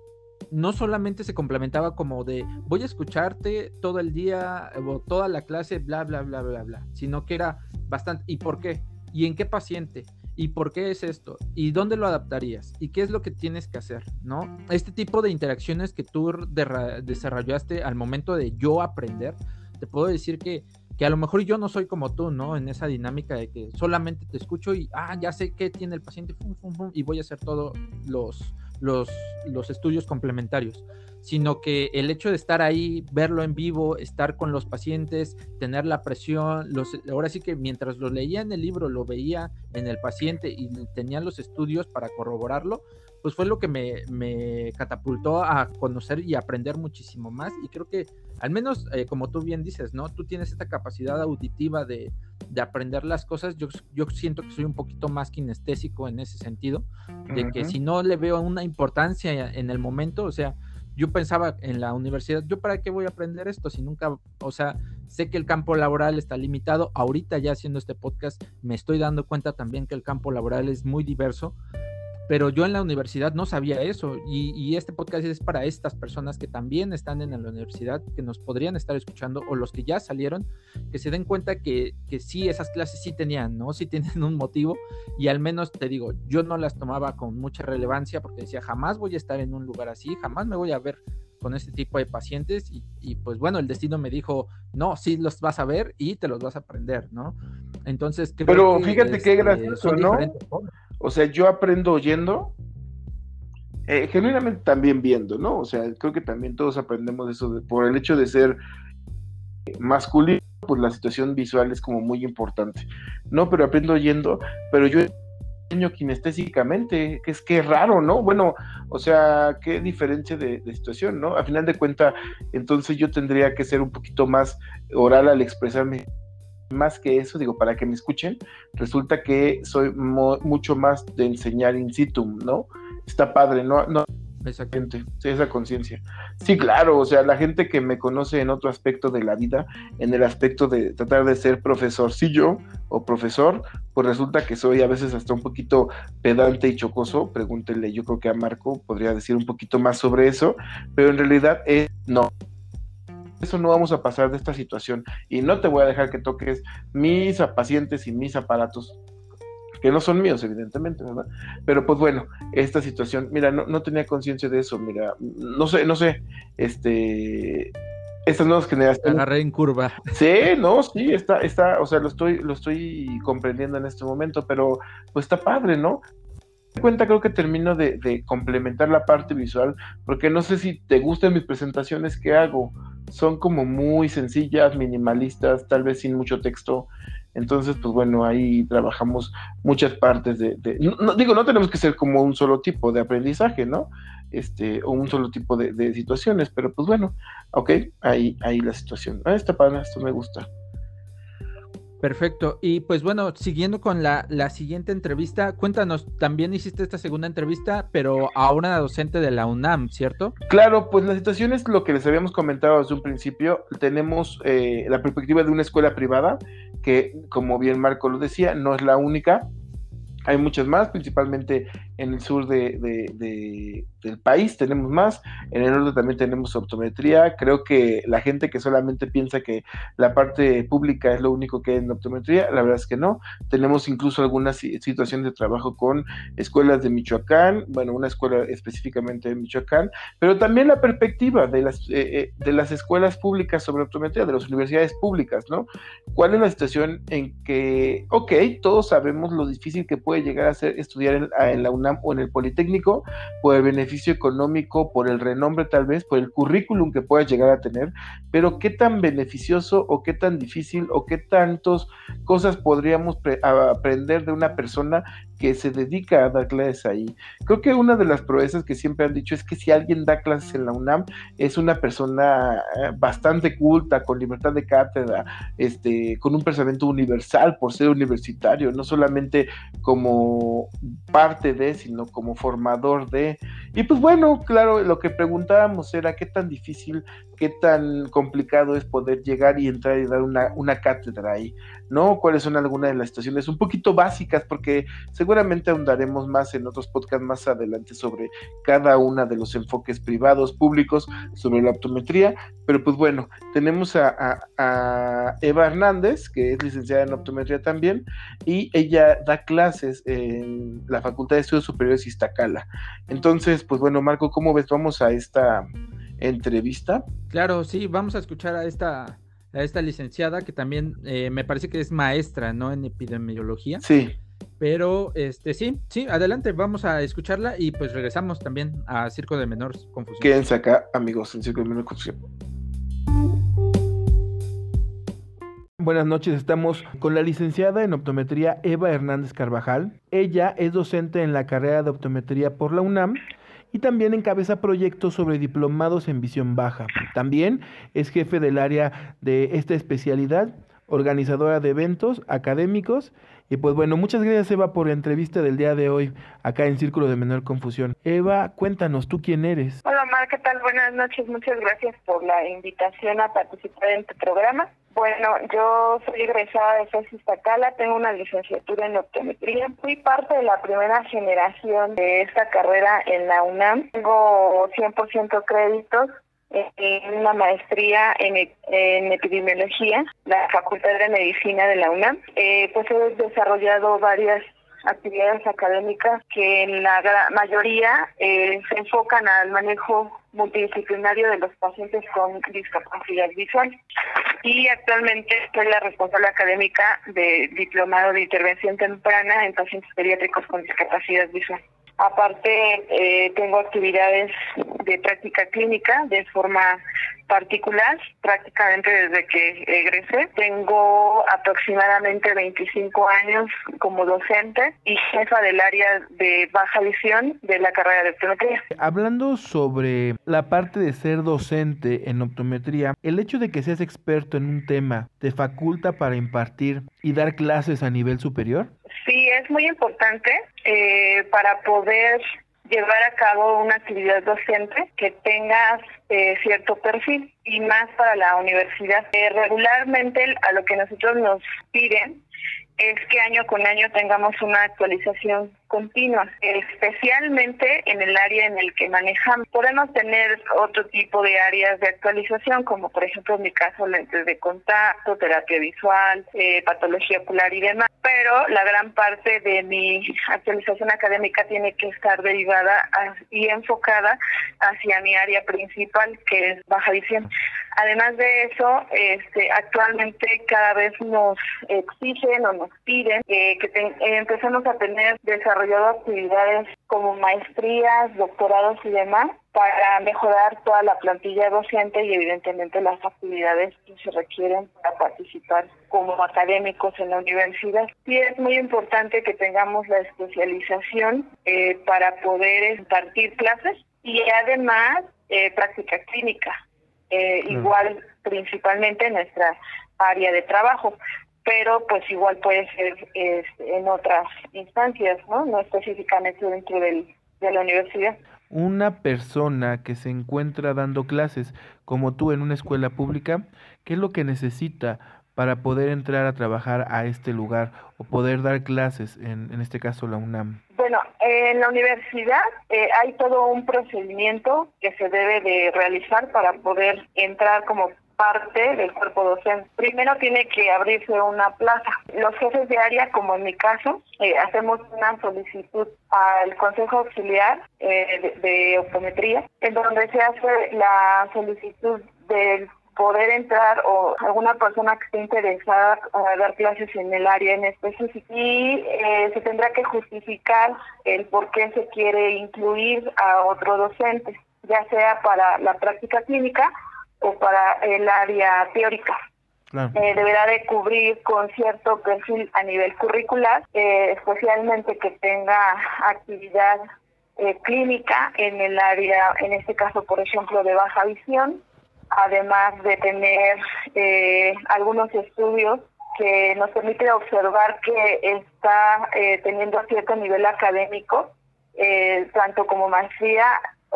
no solamente se complementaba como de voy a escucharte todo el día o toda la clase, bla, bla, bla, bla, bla, sino que era bastante, ¿y por qué? ¿Y en qué paciente? ¿Y por qué es esto? ¿Y dónde lo adaptarías? ¿Y qué es lo que tienes que hacer? ¿No? Este tipo de interacciones que tú de- desarrollaste al momento de yo aprender, te puedo decir que, que a lo mejor yo no soy como tú, ¿no? En esa dinámica de que solamente te escucho y, ah, ya sé qué tiene el paciente, fum, fum, fum, y voy a hacer todos los, los, los estudios complementarios, sino que el hecho de estar ahí, verlo en vivo, estar con los pacientes, tener la presión, los, ahora sí que mientras lo leía en el libro, lo veía en el paciente y tenía los estudios para corroborarlo, pues fue lo que me, me catapultó a conocer y aprender muchísimo más. Y creo que, al menos, eh, como tú bien dices, ¿no? Tú tienes esta capacidad auditiva de, de aprender las cosas. Yo, yo siento que soy un poquito más kinestésico en ese sentido, de que uh-huh. si no le veo una importancia en el momento, o sea, yo pensaba en la universidad, ¿yo para qué voy a aprender esto? Si nunca, o sea, sé que el campo laboral está limitado. Ahorita ya haciendo este podcast me estoy dando cuenta también que el campo laboral es muy diverso, pero yo en la universidad no sabía eso, y, y este podcast es para estas personas que también están en la universidad, que nos podrían estar escuchando, o los que ya salieron, que se den cuenta que, que sí, esas clases sí tenían, ¿no? Sí tienen un motivo, y al menos te digo, yo no las tomaba con mucha relevancia, porque decía, jamás voy a estar en un lugar así, jamás me voy a ver con este tipo de pacientes, y, y pues bueno, el destino me dijo, no, sí los vas a ver y te los vas a aprender, ¿no? Entonces creo Pero que fíjate qué este, gracioso, son ¿no? diferentes formas. O sea, yo aprendo oyendo, eh, genuinamente también viendo, ¿no? O sea, creo que también todos aprendemos eso, de, por el hecho de ser masculino, pues la situación visual es como muy importante, ¿no? Pero aprendo oyendo, pero yo enseño kinestésicamente, que es que es raro, ¿no? Bueno, o sea, qué diferencia de, de situación, ¿no? A final de cuentas, entonces yo tendría que ser un poquito más oral al expresarme. Más que eso, digo, para que me escuchen, resulta que soy mo- mucho más de enseñar in situ, ¿no? Está padre, ¿no? no Exactamente. Sí, esa conciencia. Sí, claro, o sea, la gente que me conoce en otro aspecto de la vida, en el aspecto de tratar de ser profesorcillo o profesor, pues resulta que soy a veces hasta un poquito pedante y chocoso. Pregúntenle, yo creo que a Marco podría decir un poquito más sobre eso, pero en realidad es no. Eso no vamos a pasar de esta situación y no te voy a dejar que toques mis pacientes y mis aparatos, que no son míos, evidentemente, ¿verdad? Pero pues bueno, esta situación, mira, no, no tenía conciencia de eso, mira, no sé, no sé, este, estas nuevas generaciones. Agarré en curva. Sí, no, sí, está, está, o sea, lo estoy, lo estoy comprendiendo en este momento, pero pues está padre, ¿no? De cuenta, creo que termino de, de complementar la parte visual, porque no sé si te gustan mis presentaciones que hago, son como muy sencillas, minimalistas, tal vez sin mucho texto. Entonces, pues bueno, ahí trabajamos muchas partes de, de no, no, digo, no tenemos que ser como un solo tipo de aprendizaje, ¿no? Este, o un solo tipo de, de situaciones, pero pues bueno, ok, ahí, ahí la situación. Ah, está padre, esto me gusta. Perfecto. Y pues bueno, siguiendo con la, la siguiente entrevista, cuéntanos, también hiciste esta segunda entrevista, pero a una docente de la UNAM, ¿cierto? Claro, pues la situación es lo que les habíamos comentado desde un principio. Tenemos eh, la perspectiva de una escuela privada, que como bien Marco lo decía, no es la única. Hay muchas más, principalmente en el sur de, de, de, del país tenemos más, en el norte también tenemos optometría. Creo que la gente que solamente piensa que la parte pública es lo único que hay en optometría, la verdad es que no. Tenemos incluso algunas situaciones de trabajo con escuelas de Michoacán, bueno, una escuela específicamente de Michoacán, pero también la perspectiva de las, eh, de las escuelas públicas sobre optometría, de las universidades públicas, ¿no? ¿Cuál es la situación en que, ok, todos sabemos lo difícil que puede llegar a ser estudiar en, en la UNAM o en el Politécnico, por el beneficio económico, por el renombre tal vez, por el currículum que puedas llegar a tener, pero qué tan beneficioso o qué tan difícil o qué tantas cosas podríamos pre- aprender de una persona que se dedica a dar clases ahí? Creo que una de las proezas que siempre han dicho es que si alguien da clases en la UNAM es una persona bastante culta, con libertad de cátedra, este, con un pensamiento universal por ser universitario, no solamente como parte de, sino como formador de. Y pues bueno, claro, lo que preguntábamos era qué tan difícil, qué tan complicado es poder llegar y entrar y dar una, una cátedra ahí, ¿no? ¿Cuáles son algunas de las situaciones un poquito básicas? Porque seguramente ahondaremos más en otros podcasts más adelante sobre cada una de los enfoques privados, públicos, sobre la optometría. Pero pues bueno, tenemos a, a, a Eva Hernández, que es licenciada en optometría también, y ella da clases en la Facultad de Estudios Superiores Iztacala. Entonces, pues bueno, Marco, ¿cómo ves? Vamos a esta entrevista. Claro, sí, vamos a escuchar a esta, a esta licenciada que también eh, me parece que es maestra, ¿no? En epidemiología. Sí. Pero, este, sí, sí, adelante, vamos a escucharla y pues regresamos también a Circo de Menor Confusión. Quédense acá, amigos, en Circo de Menor Confusión. Buenas noches, estamos con la licenciada en optometría Eva Hernández Carvajal. Ella es docente en la carrera de optometría por la UNAM y también encabeza proyectos sobre diplomados en visión baja. También es jefe del área de esta especialidad, organizadora de eventos académicos. Y pues bueno, muchas gracias, Eva, por la entrevista del día de hoy acá en Círculo de Menor Confusión. Eva, cuéntanos, ¿tú quién eres? Hola, Mar, ¿qué tal? Buenas noches, muchas gracias por la invitación a participar en tu programa. Bueno, yo soy egresada de FES Iztacala, tengo una licenciatura en optometría. Fui parte de la primera generación de esta carrera en la UNAM. Tengo cien por ciento créditos en una maestría en, en epidemiología, la Facultad de Medicina de la UNAM. Eh, pues he desarrollado varias actividades académicas que en la gran mayoría eh, se enfocan al manejo multidisciplinario de los pacientes con discapacidad visual. Y actualmente soy la responsable académica de diplomado de intervención temprana en pacientes pediátricos con discapacidad visual. Aparte, eh, tengo actividades de práctica clínica de forma particular, prácticamente desde que egresé. Tengo aproximadamente veinticinco años como docente y jefa del área de baja visión de la carrera de optometría. Hablando sobre la parte de ser docente en optometría, ¿el hecho de que seas experto en un tema te faculta para impartir y dar clases a nivel superior? Sí, es muy importante eh, para poder llevar a cabo una actividad docente que tenga eh, cierto perfil y más para la universidad. Eh, regularmente a lo que nosotros nos piden es que año con año tengamos una actualización continua, especialmente en el área en el que manejamos. Podemos tener otro tipo de áreas de actualización, como por ejemplo en mi caso lentes de contacto, terapia visual, eh, patología ocular y demás, pero la gran parte de mi actualización académica tiene que estar derivada a, y enfocada hacia mi área principal, que es baja visión. Además de eso, este, actualmente cada vez nos exigen o nos piden eh, que te, eh, empecemos a tener desarrollado actividades como maestrías, doctorados y demás para mejorar toda la plantilla docente y evidentemente las actividades que se requieren para participar como académicos en la universidad. Sí es muy importante que tengamos la especialización eh, para poder impartir clases y además eh, práctica clínica. Eh, claro. Igual principalmente en nuestra área de trabajo, pero pues igual puede ser eh, en otras instancias, ¿no? No específicamente dentro del, de la universidad. Una persona que se encuentra dando clases como tú en una escuela pública, ¿qué es lo que necesita para poder entrar a trabajar a este lugar o poder dar clases, en, en este caso la UNAM? Bueno, en la universidad eh, hay todo un procedimiento que se debe de realizar para poder entrar como parte del cuerpo docente. Primero tiene que abrirse una plaza. Los jefes de área, como en mi caso, eh, hacemos una solicitud al Consejo Auxiliar eh, de, de Optometría, en donde se hace la solicitud del poder entrar o alguna persona que esté interesada a dar clases en el área en específico, y eh, se tendrá que justificar el por qué se quiere incluir a otro docente, ya sea para la práctica clínica o para el área teórica. Claro. Eh, deberá de cubrir con cierto perfil a nivel curricular, eh, especialmente que tenga actividad eh, clínica en el área, en este caso, por ejemplo, de baja visión, además de tener eh, algunos estudios que nos permiten observar que está eh, teniendo cierto nivel académico, eh, tanto como maestría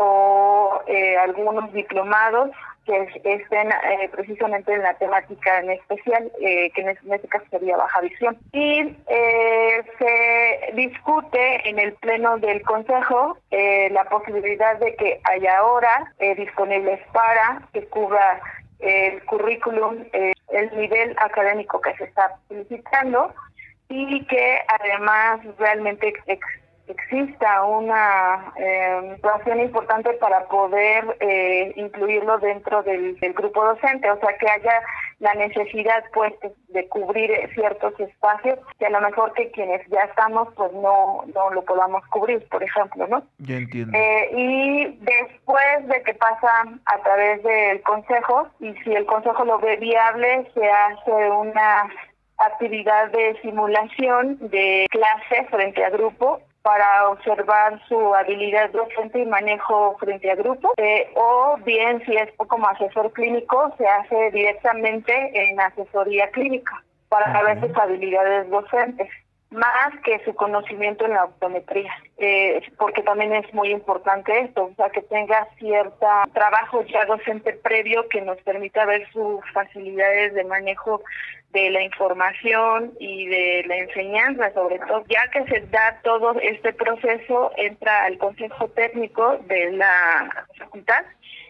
o eh, algunos diplomados que estén eh, precisamente en la temática en especial, eh, que en este caso sería baja visión. Y eh, se discute en el pleno del Consejo eh, la posibilidad de que haya horas eh, disponibles para que cubra el currículum, eh, el nivel académico que se está solicitando, y que además realmente ex exista una eh, situación importante para poder eh, incluirlo dentro del, del grupo docente, o sea, que haya la necesidad pues de cubrir ciertos espacios que a lo mejor que quienes ya estamos pues no no lo podamos cubrir, por ejemplo, ¿no? Ya entiendo. Eh, y después de que pasa a través del consejo, y si el consejo lo ve viable, se hace una actividad de simulación de clase frente a grupo para observar su habilidad docente y manejo frente a grupo, eh, o bien si es como asesor clínico, se hace directamente en asesoría clínica para uh-huh. ver sus habilidades docentes, más que su conocimiento en la optometría, eh, porque también es muy importante esto, o sea, que tenga cierto trabajo ya docente previo que nos permita ver sus facilidades de manejo de la información y de la enseñanza, sobre todo. Ya que se da todo este proceso, entra al consejo técnico de la facultad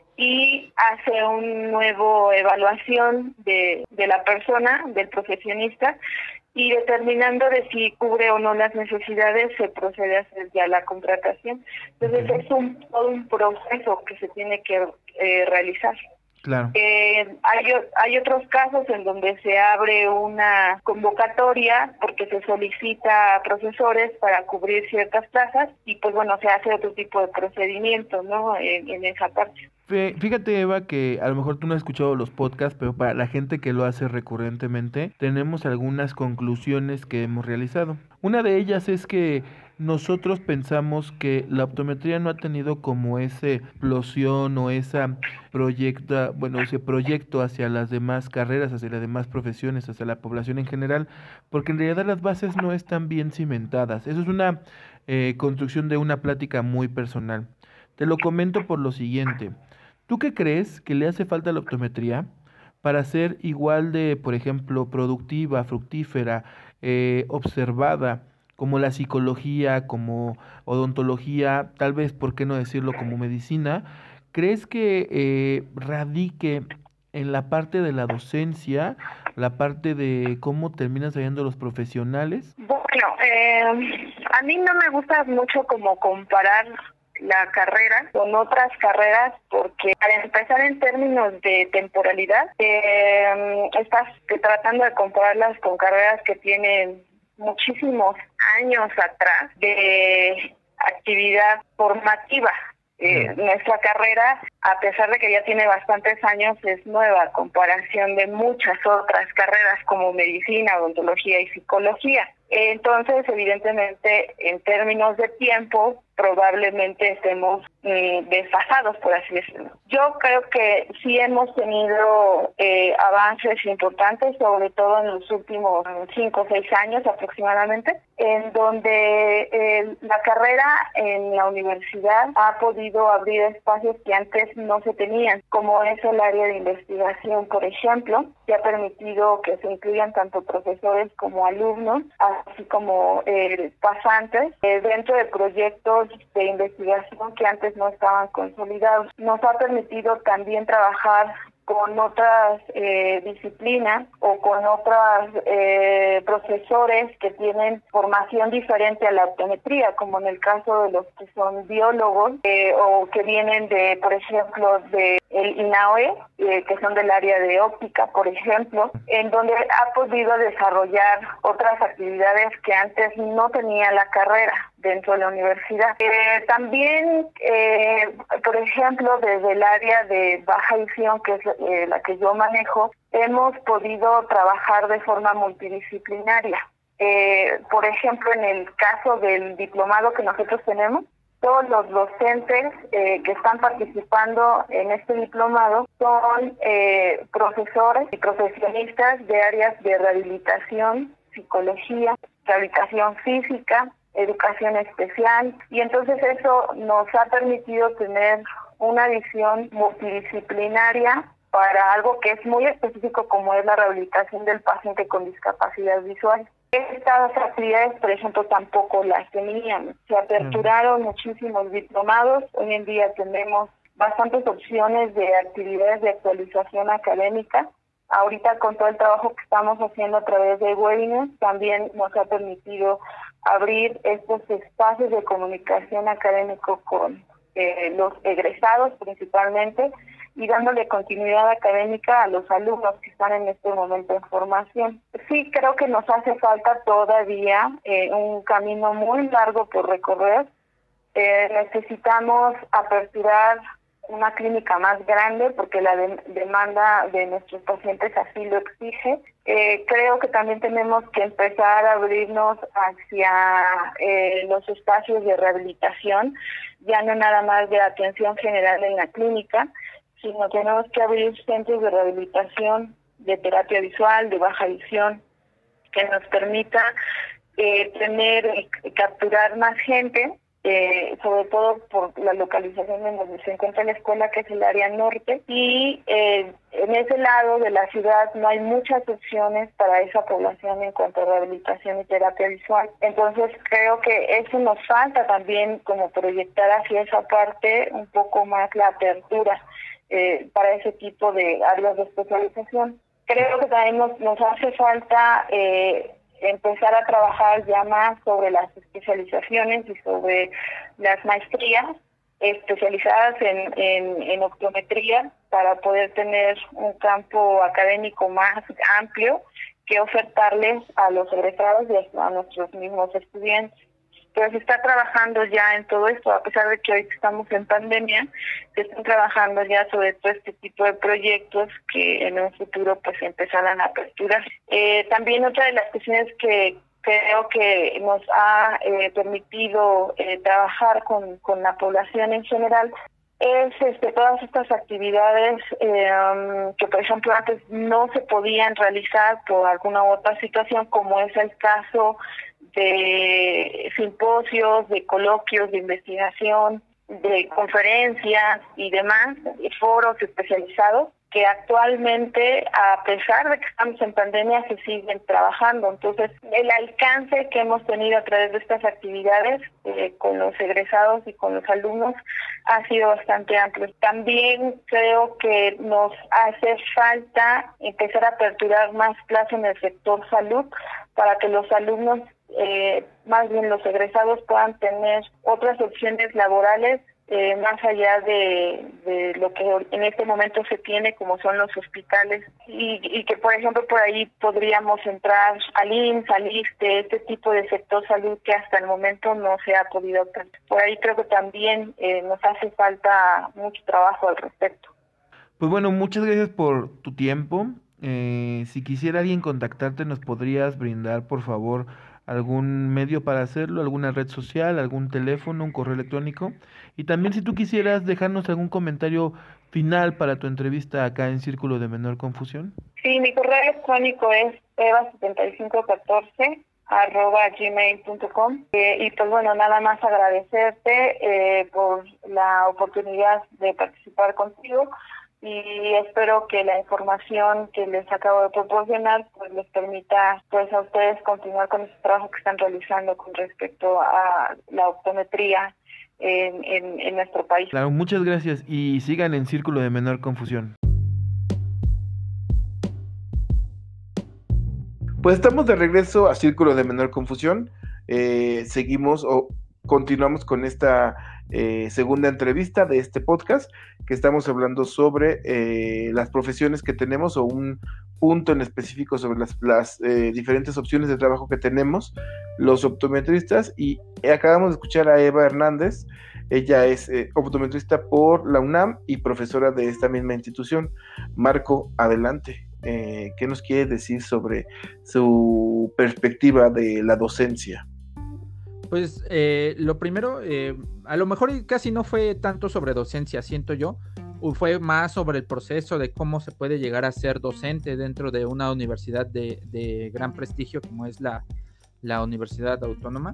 y hace una nueva evaluación de, de la persona, del profesionista, y determinando de si cubre o no las necesidades, se procede a hacer ya la contratación. Entonces okay. es un, todo un proceso que se tiene que eh, realizar. Claro. Eh, hay, hay otros casos en donde se abre una convocatoria porque se solicita a profesores para cubrir ciertas plazas y pues bueno, se hace otro tipo de procedimiento, ¿no? En, en esa parte. Fíjate, Eva, que a lo mejor tú no has escuchado los podcasts, pero para la gente que lo hace recurrentemente, tenemos algunas conclusiones que hemos realizado. Una de ellas es que nosotros pensamos que la optometría no ha tenido como esa explosión o esa proyecta, bueno, ese proyecto hacia las demás carreras, hacia las demás profesiones, hacia la población en general, porque en realidad las bases no están bien cimentadas. Eso es una eh, construcción de una plática muy personal. Te lo comento por lo siguiente. ¿Tú qué crees que le hace falta a la optometría para ser igual de, por ejemplo, productiva, fructífera, eh, observada, como la psicología, como odontología, tal vez, por qué no decirlo, como medicina? ¿Crees que eh, radique en la parte de la docencia, la parte de cómo terminan saliendo los profesionales? Bueno, eh, a mí no me gusta mucho como comparar la carrera con otras carreras, porque para empezar, en términos de temporalidad, eh, estás tratando de compararlas con carreras que tienen muchísimos años atrás de actividad formativa. Eh, nuestra carrera, a pesar de que ya tiene bastantes años, es nueva a comparación de muchas otras carreras como medicina, odontología y psicología. Entonces, evidentemente, en términos de tiempo, probablemente estemos eh, desfasados, por así decirlo. Yo creo que sí hemos tenido eh, avances importantes, sobre todo en los últimos cinco o seis años aproximadamente, en donde eh, la carrera en la universidad ha podido abrir espacios que antes no se tenían, como es el área de investigación, por ejemplo, se ha permitido que se incluyan tanto profesores como alumnos, así como eh, pasantes, eh, dentro de proyectos de investigación que antes no estaban consolidados. Nos ha permitido también trabajar con otras eh, disciplinas o con otros eh, profesores que tienen formación diferente a la optometría, como en el caso de los que son biólogos eh, o que vienen de, por ejemplo, de el INAOE, eh, que son del área de óptica, por ejemplo, en donde ha podido desarrollar otras actividades que antes no tenía la carrera dentro de la universidad. Eh, también, eh, por ejemplo, desde el área de baja visión, que es eh, la que yo manejo, hemos podido trabajar de forma multidisciplinaria. Eh, por ejemplo, en el caso del diplomado que nosotros tenemos, todos los docentes eh, que están participando en este diplomado son eh, profesores y profesionistas de áreas de rehabilitación, psicología, rehabilitación física, educación especial, y entonces eso nos ha permitido tener una visión multidisciplinaria para algo que es muy específico, como es la rehabilitación del paciente con discapacidad visual. Estas actividades, por ejemplo, tampoco las teníamos. Se aperturaron muchísimos diplomados. Hoy en día tenemos bastantes opciones de actividades de actualización académica. Ahorita, con todo el trabajo que estamos haciendo a través de webinars, también nos ha permitido abrir estos espacios de comunicación académico con eh, los egresados principalmente, y dándole continuidad académica a los alumnos que están en este momento en formación. Sí, creo que nos hace falta todavía eh, un camino muy largo por recorrer. Eh, necesitamos aperturar una clínica más grande porque la de- demanda de nuestros pacientes así lo exige. Eh, creo que también tenemos que empezar a abrirnos hacia eh, los espacios de rehabilitación, ya no nada más de atención general en la clínica, sino tenemos que abrir centros de rehabilitación, de terapia visual, de baja visión, que nos permita eh, tener y capturar más gente, eh, sobre todo por la localización en donde se encuentra la escuela, que es el área norte, y eh, en ese lado de la ciudad no hay muchas opciones para esa población en cuanto a rehabilitación y terapia visual. Entonces creo que eso nos falta también, como proyectar hacia esa parte un poco más la apertura Eh, para ese tipo de áreas de especialización. Creo que también nos, nos hace falta eh, empezar a trabajar ya más sobre las especializaciones y sobre las maestrías especializadas en, en, en optometría, para poder tener un campo académico más amplio que ofertarles a los egresados y a nuestros mismos estudiantes. Pero se está trabajando ya en todo esto, a pesar de que hoy estamos en pandemia, se están trabajando ya sobre todo este tipo de proyectos que en un futuro pues empezarán a aperturar. Eh, también otra de las cuestiones que creo que nos ha eh, permitido eh, trabajar con, con la población en general es este, todas estas actividades eh, um, que, por ejemplo, antes no se podían realizar por alguna u otra situación, como es el caso de simposios, de coloquios, de investigación, de conferencias y demás, de foros especializados, que actualmente, a pesar de que estamos en pandemia, se siguen trabajando. Entonces, el alcance que hemos tenido a través de estas actividades eh, con los egresados y con los alumnos ha sido bastante amplio. También creo que nos hace falta empezar a aperturar más plazas en el sector salud para que los alumnos, eh, más bien los egresados, puedan tener otras opciones laborales Eh, más allá de, de lo que en este momento se tiene, como son los hospitales, y, y que, por ejemplo, por ahí podríamos entrar al I M S S, al I S S S T E, este tipo de sector salud que hasta el momento no se ha podido obtener. Por ahí creo que también eh, nos hace falta mucho trabajo al respecto. Pues bueno, muchas gracias por tu tiempo. Eh, si quisiera alguien contactarte, ¿nos podrías brindar, por favor, algún medio para hacerlo, alguna red social, algún teléfono, un correo electrónico? Y también, si tú quisieras dejarnos algún comentario final para tu entrevista acá en Círculo de Menor Confusión. Sí, mi correo electrónico es eva setenta y cinco catorce arroba gmail punto com, eh, y pues bueno, nada más agradecerte eh, por la oportunidad de participar contigo. y espero que la información que les acabo de proporcionar pues les permita pues a ustedes continuar con este trabajo que están realizando con respecto a la optometría en, en, en nuestro país. Claro, muchas gracias y sigan en Círculo de Menor Confusión. Pues estamos de regreso a Círculo de Menor Confusión. Eh, seguimos o continuamos con esta eh, segunda entrevista de este podcast, que estamos hablando sobre eh, las profesiones que tenemos o un punto en específico sobre las, las eh, diferentes opciones de trabajo que tenemos los optometristas, y acabamos de escuchar a Eva Hernández. Ella es eh, optometrista por la UNAM y profesora de esta misma institución. Marco, adelante. Eh, ¿qué nos quiere decir sobre su perspectiva de la docencia? Pues eh, lo primero, eh, a lo mejor casi no fue tanto sobre docencia, siento yo, fue más sobre el proceso de cómo se puede llegar a ser docente dentro de una universidad de, de gran prestigio como es la, la Universidad Autónoma.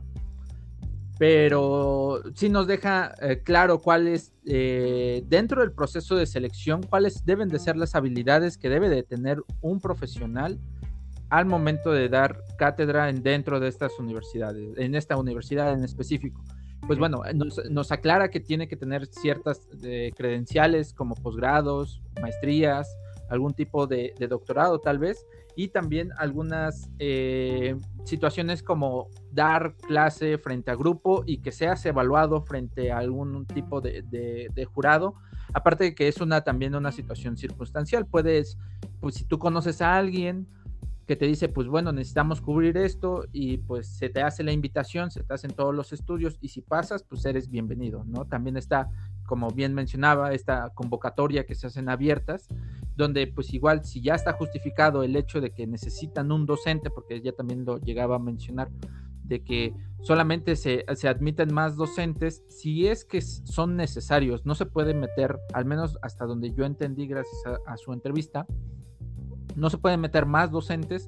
Pero sí nos deja eh, claro cuáles, eh, dentro del proceso de selección, cuáles deben de ser las habilidades que debe de tener un profesional al momento de dar cátedra en, dentro de estas universidades, en esta universidad en específico. Pues bueno, nos, nos aclara que tiene que tener ciertas eh, credenciales como posgrados, maestrías, algún tipo de, de doctorado tal vez, y también algunas eh, situaciones como dar clase frente a grupo y que seas evaluado frente a algún tipo de, de, de jurado, aparte de que es una también una situación circunstancial. Puedes, pues si tú conoces a alguien que te dice, pues bueno, necesitamos cubrir esto, y pues se te hace la invitación, se te hacen todos los estudios, y si pasas, pues eres bienvenido, ¿no? También está, como bien mencionaba, esta convocatoria que se hacen abiertas, donde pues igual si ya está justificado el hecho de que necesitan un docente, porque ella también lo llegaba a mencionar, de que solamente se, se admiten más docentes si es que son necesarios. No se puede meter, al menos hasta donde yo entendí gracias a, a su entrevista, no se pueden meter más docentes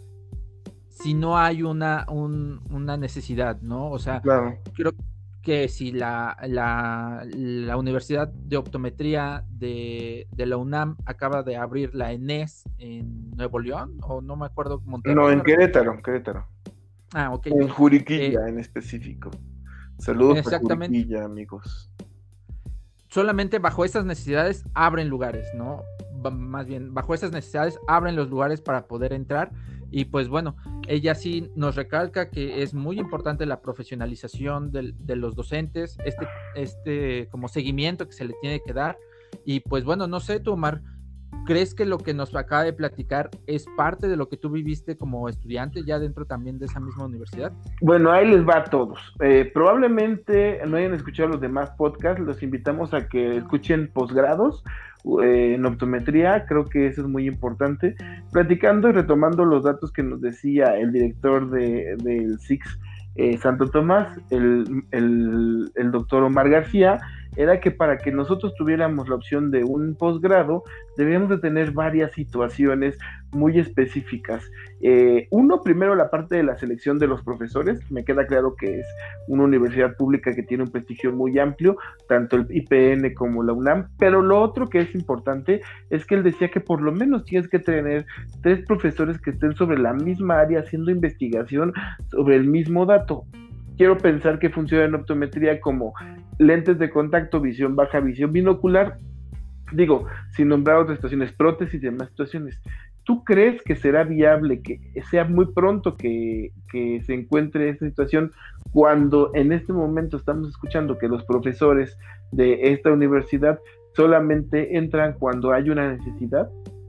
si no hay una, un, una necesidad, ¿no? O sea, claro. Creo que si la, la, la Universidad de Optometría de, de la UNAM acaba de abrir la ENES en Nuevo León, o no me acuerdo. Monterrey, no, en Querétaro, Querétaro. Ah, ok. En Juriquilla eh, en específico. Saludos por Juriquilla, amigos. Solamente bajo esas necesidades abren lugares, ¿no? Más bien, bajo esas necesidades abren los lugares para poder entrar. Y pues bueno, ella sí nos recalca que es muy importante la profesionalización de, de los docentes, este, este como seguimiento que se le tiene que dar. Y pues bueno, no sé tú, Omar, ¿crees que lo que nos acaba de platicar es parte de lo que tú viviste como estudiante ya dentro también de esa misma universidad? Bueno, ahí les va a todos. Eh, probablemente no hayan escuchado los demás podcasts, los invitamos a que escuchen posgrados eh, en optometría, creo que eso es muy importante. Platicando y retomando los datos que nos decía el director de, del S I C S eh, Santo Tomás, el, el, el doctor Omar García, era que para que nosotros tuviéramos la opción de un posgrado, debíamos de tener varias situaciones muy específicas. Eh, uno, primero la parte de la selección de los profesores. Me queda claro que es una universidad pública que tiene un prestigio muy amplio, tanto el I P N como la UNAM, pero lo otro que es importante es que él decía que por lo menos tienes que tener tres profesores que estén sobre la misma área haciendo investigación sobre el mismo dato. Quiero pensar que funciona en optometría como lentes de contacto, visión baja, visión binocular, digo, sin nombrar otras situaciones, prótesis y demás situaciones. ¿Tú crees que será viable que sea muy pronto que, que se encuentre esta situación cuando en este momento estamos escuchando que los profesores de esta universidad solamente entran cuando hay una necesidad?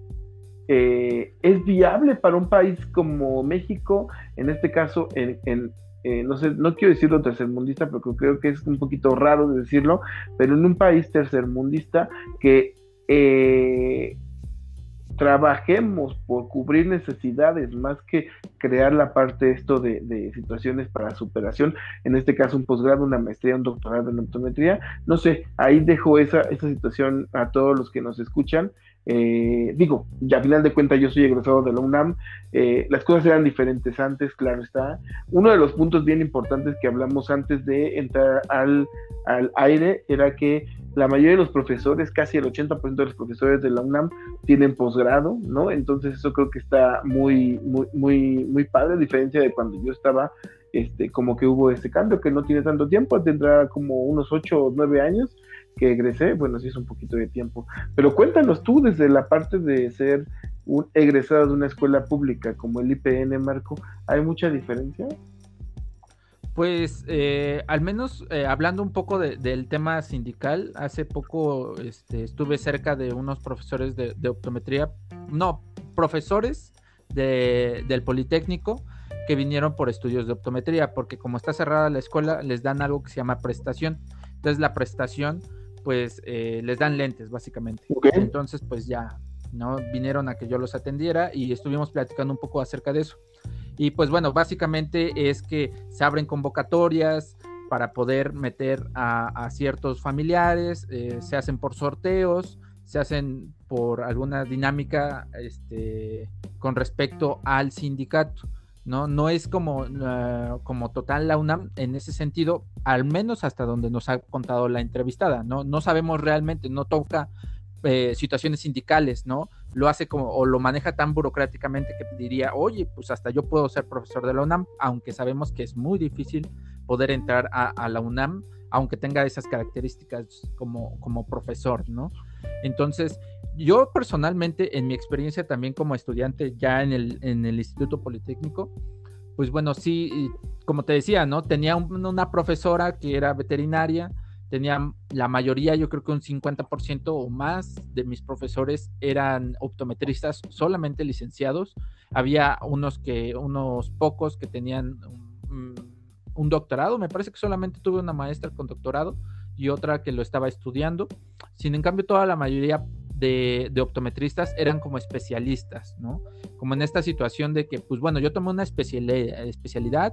Eh, ¿es viable para un país como México, en este caso en, en Eh, no sé, no quiero decirlo tercermundista porque creo que es un poquito raro de decirlo, pero en un país tercermundista que eh, trabajemos por cubrir necesidades más que crear la parte esto de, de situaciones para superación, en este caso un posgrado, una maestría, un doctorado en optometría, no sé, ahí dejo esa, esa situación a todos los que nos escuchan. Eh, digo, ya a final de cuentas yo soy egresado de la UNAM, eh, las cosas eran diferentes antes, claro está. Uno de los puntos bien importantes que hablamos antes de entrar al, al aire era que La mayoría de los profesores, casi el ochenta por ciento de los profesores de la UNAM tienen posgrado, ¿no? Entonces eso creo que está muy, muy, muy, muy padre, a diferencia de cuando yo estaba, este, como que hubo este cambio, que no tiene tanto tiempo, tendrá como unos ocho o nueve años que egresé, bueno, sí es un poquito de tiempo. Pero cuéntanos tú desde la parte de ser un egresado de una escuela pública como el I P N, Marco, ¿hay mucha diferencia? Pues eh, al menos eh, hablando un poco de, del tema sindical, hace poco este, estuve cerca de unos profesores de, de optometría, no, profesores de, del Politécnico que vinieron por estudios de optometría, porque como está cerrada la escuela, les dan algo que se llama prestación. Entonces la prestación, pues eh, les dan lentes básicamente. Okay. Entonces pues ya, ¿no? Vinieron a que yo los atendiera y estuvimos platicando un poco acerca de eso. Y pues bueno, básicamente es que se abren convocatorias para poder meter a, a ciertos familiares, eh, se hacen por sorteos, se hacen por alguna dinámica este, con respecto al sindicato, ¿no? No es como, uh, como total la UNAM en ese sentido, al menos hasta donde nos ha contado la entrevistada, ¿no? No sabemos realmente, no toca Eh, situaciones sindicales, ¿no? Lo hace como, o lo maneja tan burocráticamente que diría, oye, pues hasta yo puedo ser profesor de la UNAM, aunque sabemos que es muy difícil poder entrar a, a la UNAM, aunque tenga esas características como, como profesor, ¿no? Entonces, yo personalmente, en mi experiencia también como estudiante ya en el, en el Instituto Politécnico, pues bueno, sí, como te decía, ¿no? Tenía un, una profesora que era veterinaria, tenía la mayoría, yo creo que un cincuenta por ciento o más de mis profesores eran optometristas solamente licenciados. Había unos que, unos pocos que tenían un, un doctorado. Me parece que solamente tuve una maestra con doctorado y otra que lo estaba estudiando. Sin en cambio, toda la mayoría de, de optometristas eran como especialistas, ¿no? Como en esta situación de que, pues bueno, yo tomé una especialidad, especialidad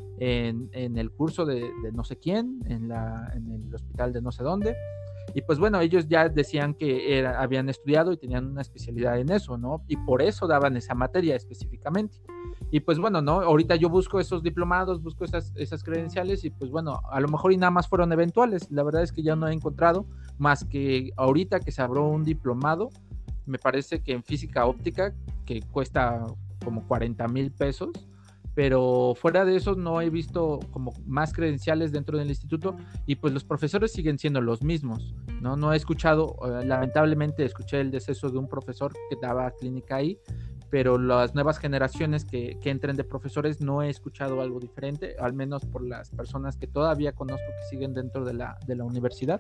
En, en el curso de, de no sé quién, en, la, en el hospital de no sé dónde, y pues bueno, ellos ya decían que era, habían estudiado y tenían una especialidad en eso, ¿no? Y por eso daban esa materia específicamente. Y pues bueno, ¿no? Ahorita yo busco esos diplomados, busco esas, esas credenciales y pues bueno, a lo mejor y nada más fueron eventuales. La verdad es que ya no he encontrado más que ahorita que se abrió un diplomado, me parece que en física óptica, que cuesta como cuarenta mil pesos, pero fuera de eso no he visto como más credenciales dentro del instituto y pues los profesores siguen siendo los mismos, ¿no? No he escuchado, uh, lamentablemente escuché el deceso de un profesor que daba clínica ahí, pero las nuevas generaciones que, que entren de profesores no he escuchado algo diferente, al menos por las personas que todavía conozco que siguen dentro de la, de la universidad.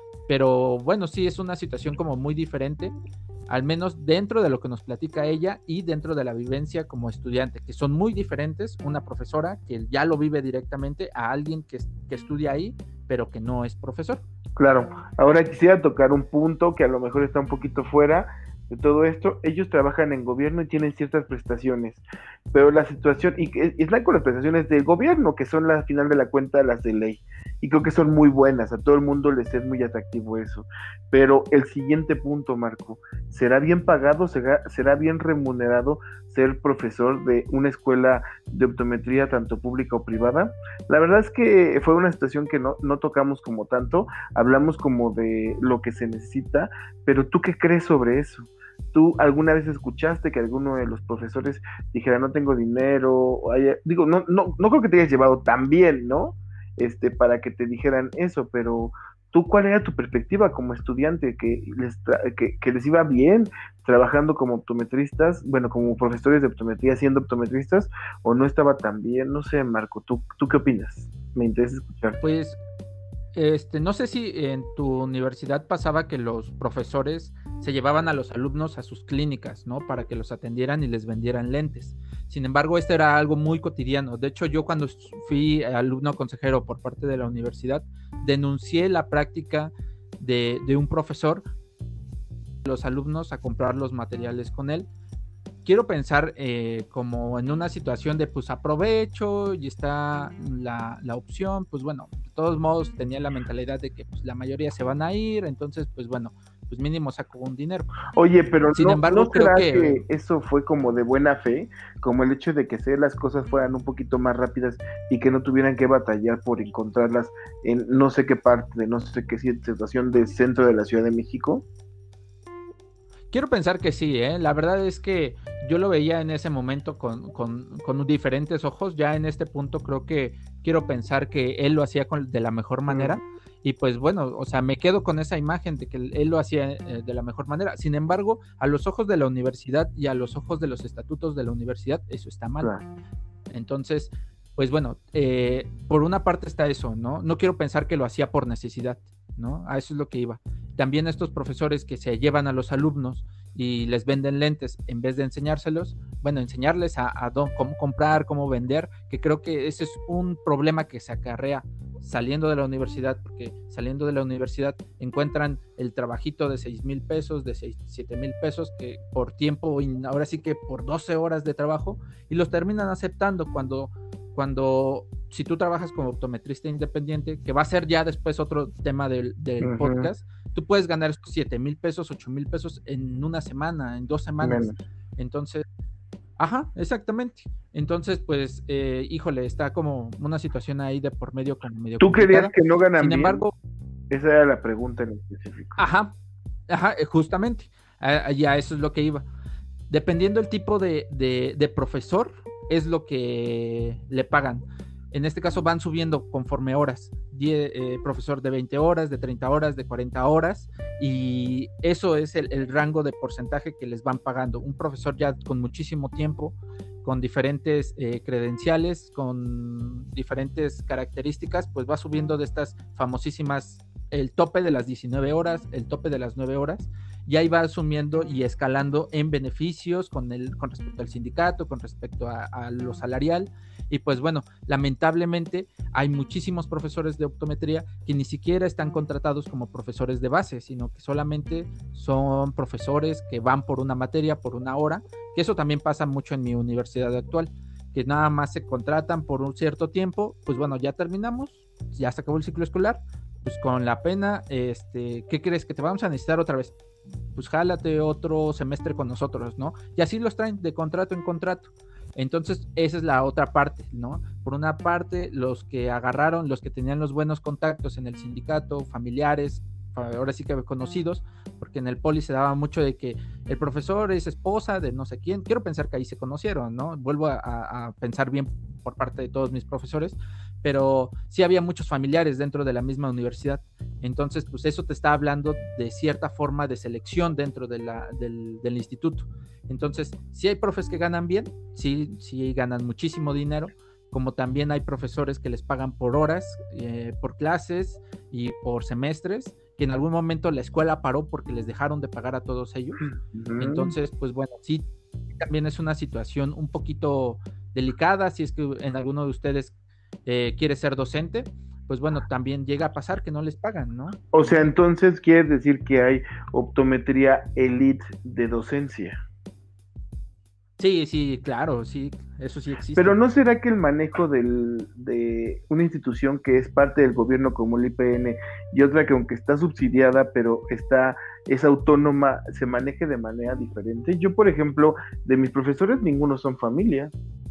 Pero bueno, sí es una situación como muy diferente, al menos dentro de lo que nos platica ella y dentro de la vivencia como estudiante, que son muy diferentes, una profesora que ya lo vive directamente a alguien que, que estudia ahí, pero que no es profesor. Claro, ahora quisiera tocar un punto que a lo mejor está un poquito fuera de todo esto. Ellos trabajan en gobierno y tienen ciertas prestaciones, pero la situación, y es la con las prestaciones del gobierno, que son al final de la cuenta las de ley, y creo que son muy buenas, a todo el mundo les es muy atractivo eso, pero el siguiente punto, Marco, ¿será bien pagado, será, será bien remunerado ser profesor de una escuela de optometría, tanto pública o privada? La verdad es que fue una situación que no, no tocamos como tanto, hablamos como de lo que se necesita, pero ¿tú qué crees sobre eso? ¿Tú alguna vez escuchaste que alguno de los profesores dijera no tengo dinero? O haya, digo, no, no, no creo que te hayas llevado tan bien, ¿no? Este, para que te dijeran eso, pero ¿tú cuál era tu perspectiva como estudiante? ¿Que les, tra- que, que les iba bien trabajando como optometristas, bueno, como profesores de optometría siendo optometristas, o no estaba tan bien? No sé, Marco, ¿tú, tú qué opinas? Me interesa escuchar. Pues Este, no sé si en tu universidad pasaba que los profesores se llevaban a los alumnos a sus clínicas, ¿no? Para que los atendieran y les vendieran lentes. Sin embargo, esto era algo muy cotidiano. De hecho, yo cuando fui alumno consejero por parte de la universidad, denuncié la práctica de, de un profesor, los alumnos a comprar los materiales con él. Quiero pensar eh, como en una situación de pues aprovecho y está la, la opción, pues bueno, de todos modos tenía la mentalidad de que pues la mayoría se van a ir, entonces pues bueno, pues mínimo saco un dinero. Oye, pero Sin no, embargo, ¿no creo será que... que eso fue como de buena fe? Como el hecho de que se las cosas fueran un poquito más rápidas y que no tuvieran que batallar por encontrarlas en no sé qué parte, de no sé qué situación del centro de la Ciudad de México. Quiero pensar que sí, ¿eh? La verdad es que yo lo veía en ese momento con, con, con diferentes ojos. Ya en este punto creo que quiero pensar que él lo hacía con, de la mejor manera. Mm. Y pues bueno, o sea, me quedo con esa imagen de que él lo hacía eh, de la mejor manera. Sin embargo, a los ojos de la universidad y a los ojos de los estatutos de la universidad, eso está mal. Claro. Entonces, pues bueno, eh, por una parte está eso, ¿no? No quiero pensar que lo hacía por necesidad, ¿no? A eso es lo que iba. También estos profesores que se llevan a los alumnos y les venden lentes en vez de enseñárselos, bueno, enseñarles a, a don, cómo comprar, cómo vender, que creo que ese es un problema que se acarrea saliendo de la universidad, porque saliendo de la universidad encuentran el trabajito de seis mil pesos, de seis, siete mil pesos, que por tiempo, ahora sí que por doce horas de trabajo, y los terminan aceptando cuando, cuando si tú trabajas como optometrista independiente, que va a ser ya después otro tema del, del uh-huh. podcast, tú puedes ganar estos siete mil pesos, ocho mil pesos en una semana, en dos semanas. Menos. Entonces, ajá, exactamente. Entonces, pues, eh, híjole, está como una situación ahí de por medio como medio ¿Tú creías que no ganan Sin bien? embargo, esa era la pregunta en específico. Ajá, ajá, justamente. A, ya eso es lo que iba. Dependiendo del tipo de, de, de profesor, es lo que le pagan. En este caso van subiendo conforme horas, Die, eh, profesor de veinte horas, de treinta horas, de cuarenta horas, y eso es el, el rango de porcentaje que les van pagando. Un profesor ya con muchísimo tiempo, con diferentes eh, credenciales, con diferentes características, pues va subiendo de estas famosísimas, el tope de las diecinueve horas, el tope de las nueve horas, y ahí va asumiendo y escalando en beneficios con, el, con respecto al sindicato, con respecto a, a lo salarial. Y pues bueno, lamentablemente hay muchísimos profesores de optometría que ni siquiera están contratados como profesores de base, sino que solamente son profesores que van por una materia, por una hora, que eso también pasa mucho en mi universidad actual, que nada más se contratan por un cierto tiempo. Pues bueno, ya terminamos, ya se acabó el ciclo escolar, pues con la pena, este, ¿qué crees? Que te vamos a necesitar otra vez. Pues jálate otro semestre con nosotros, ¿no? Y así los traen de contrato en contrato. Entonces, esa es la otra parte, ¿no? Por una parte, los que agarraron, los que tenían los buenos contactos en el sindicato, familiares, ahora sí que conocidos, porque en el poli se daba mucho de que el profesor es esposa de no sé quién. Quiero pensar que ahí se conocieron, ¿no? Vuelvo a, a pensar bien por parte de todos mis profesores, pero sí había muchos familiares dentro de la misma universidad. Entonces, pues eso te está hablando de cierta forma de selección dentro de la, del, del instituto. Entonces, sí hay profes que ganan bien, sí, sí ganan muchísimo dinero, como también hay profesores que les pagan por horas, eh, por clases y por semestres, que en algún momento la escuela paró porque les dejaron de pagar a todos ellos. Uh-huh. Entonces, pues bueno, sí, también es una situación un poquito delicada, si es que en alguno de ustedes eh, quiere ser docente, pues bueno, también llega a pasar que no les pagan, ¿no? O sea, entonces quiere decir que hay optometría elite de docencia. Sí, sí, claro, sí, eso sí existe. Pero ¿no será que el manejo del, de una institución que es parte del gobierno como el I P N y otra que aunque está subsidiada pero está es autónoma, se maneje de manera diferente? Yo, por ejemplo, de mis profesores ninguno son familia.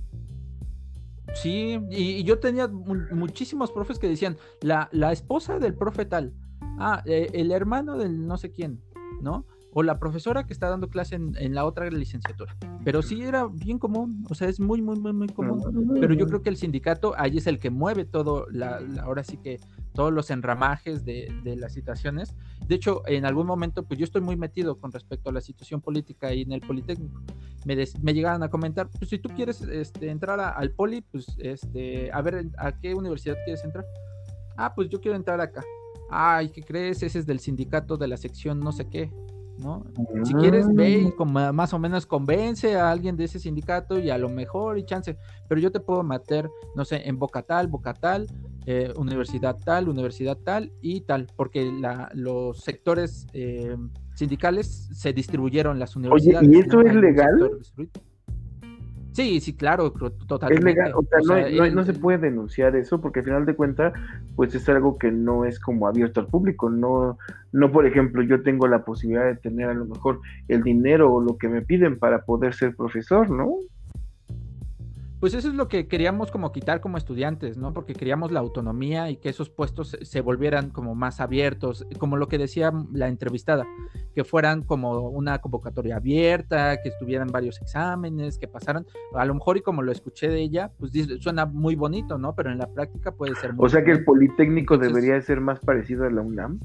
Sí, y, y yo tenía mu- muchísimos profes que decían, la, la esposa del profe tal, ah, eh, el hermano del no sé quién, ¿no? O la profesora que está dando clase en, en la otra licenciatura. Pero sí era bien común, o sea, es muy, muy, muy, muy común. Pero yo creo que el sindicato ahí es el que mueve todo, la, la, ahora sí que todos los enramajes de, de las situaciones. De hecho, en algún momento, pues yo estoy muy metido con respecto a la situación política ahí en el Politécnico. Me, des, me llegaban a comentar, pues si tú quieres este, entrar a, al Poli, pues este, a ver, ¿a qué universidad quieres entrar? Ah, pues yo quiero entrar acá. Ay, ¿qué crees? Ese es del sindicato de la sección no sé qué, ¿no? Uh-huh. Si quieres, ve y como más o menos convence a alguien de ese sindicato y a lo mejor y chance, pero yo te puedo meter, no sé, en Boca tal, Boca tal, eh, universidad tal, universidad tal y tal, porque la, los sectores eh, sindicales se distribuyeron las universidades. Oye, ¿y esto ¿no? es legal? Sí, sí, claro, totalmente. Es legal, o sea, o no, sea no, el, no se puede denunciar eso porque al final de cuentas, pues es algo que no es como abierto al público, no, no, por ejemplo, yo tengo la posibilidad de tener a lo mejor el dinero o lo que me piden para poder ser profesor, ¿no? Pues eso es lo que queríamos como quitar como estudiantes, ¿no? Porque queríamos la autonomía y que esos puestos se, se volvieran como más abiertos, como lo que decía la entrevistada, que fueran como una convocatoria abierta, que estuvieran varios exámenes, que pasaran, a lo mejor y como lo escuché de ella, pues suena muy bonito, ¿no? Pero en la práctica puede ser muy O sea que el Politécnico Entonces, debería ser más parecido a la UNAM.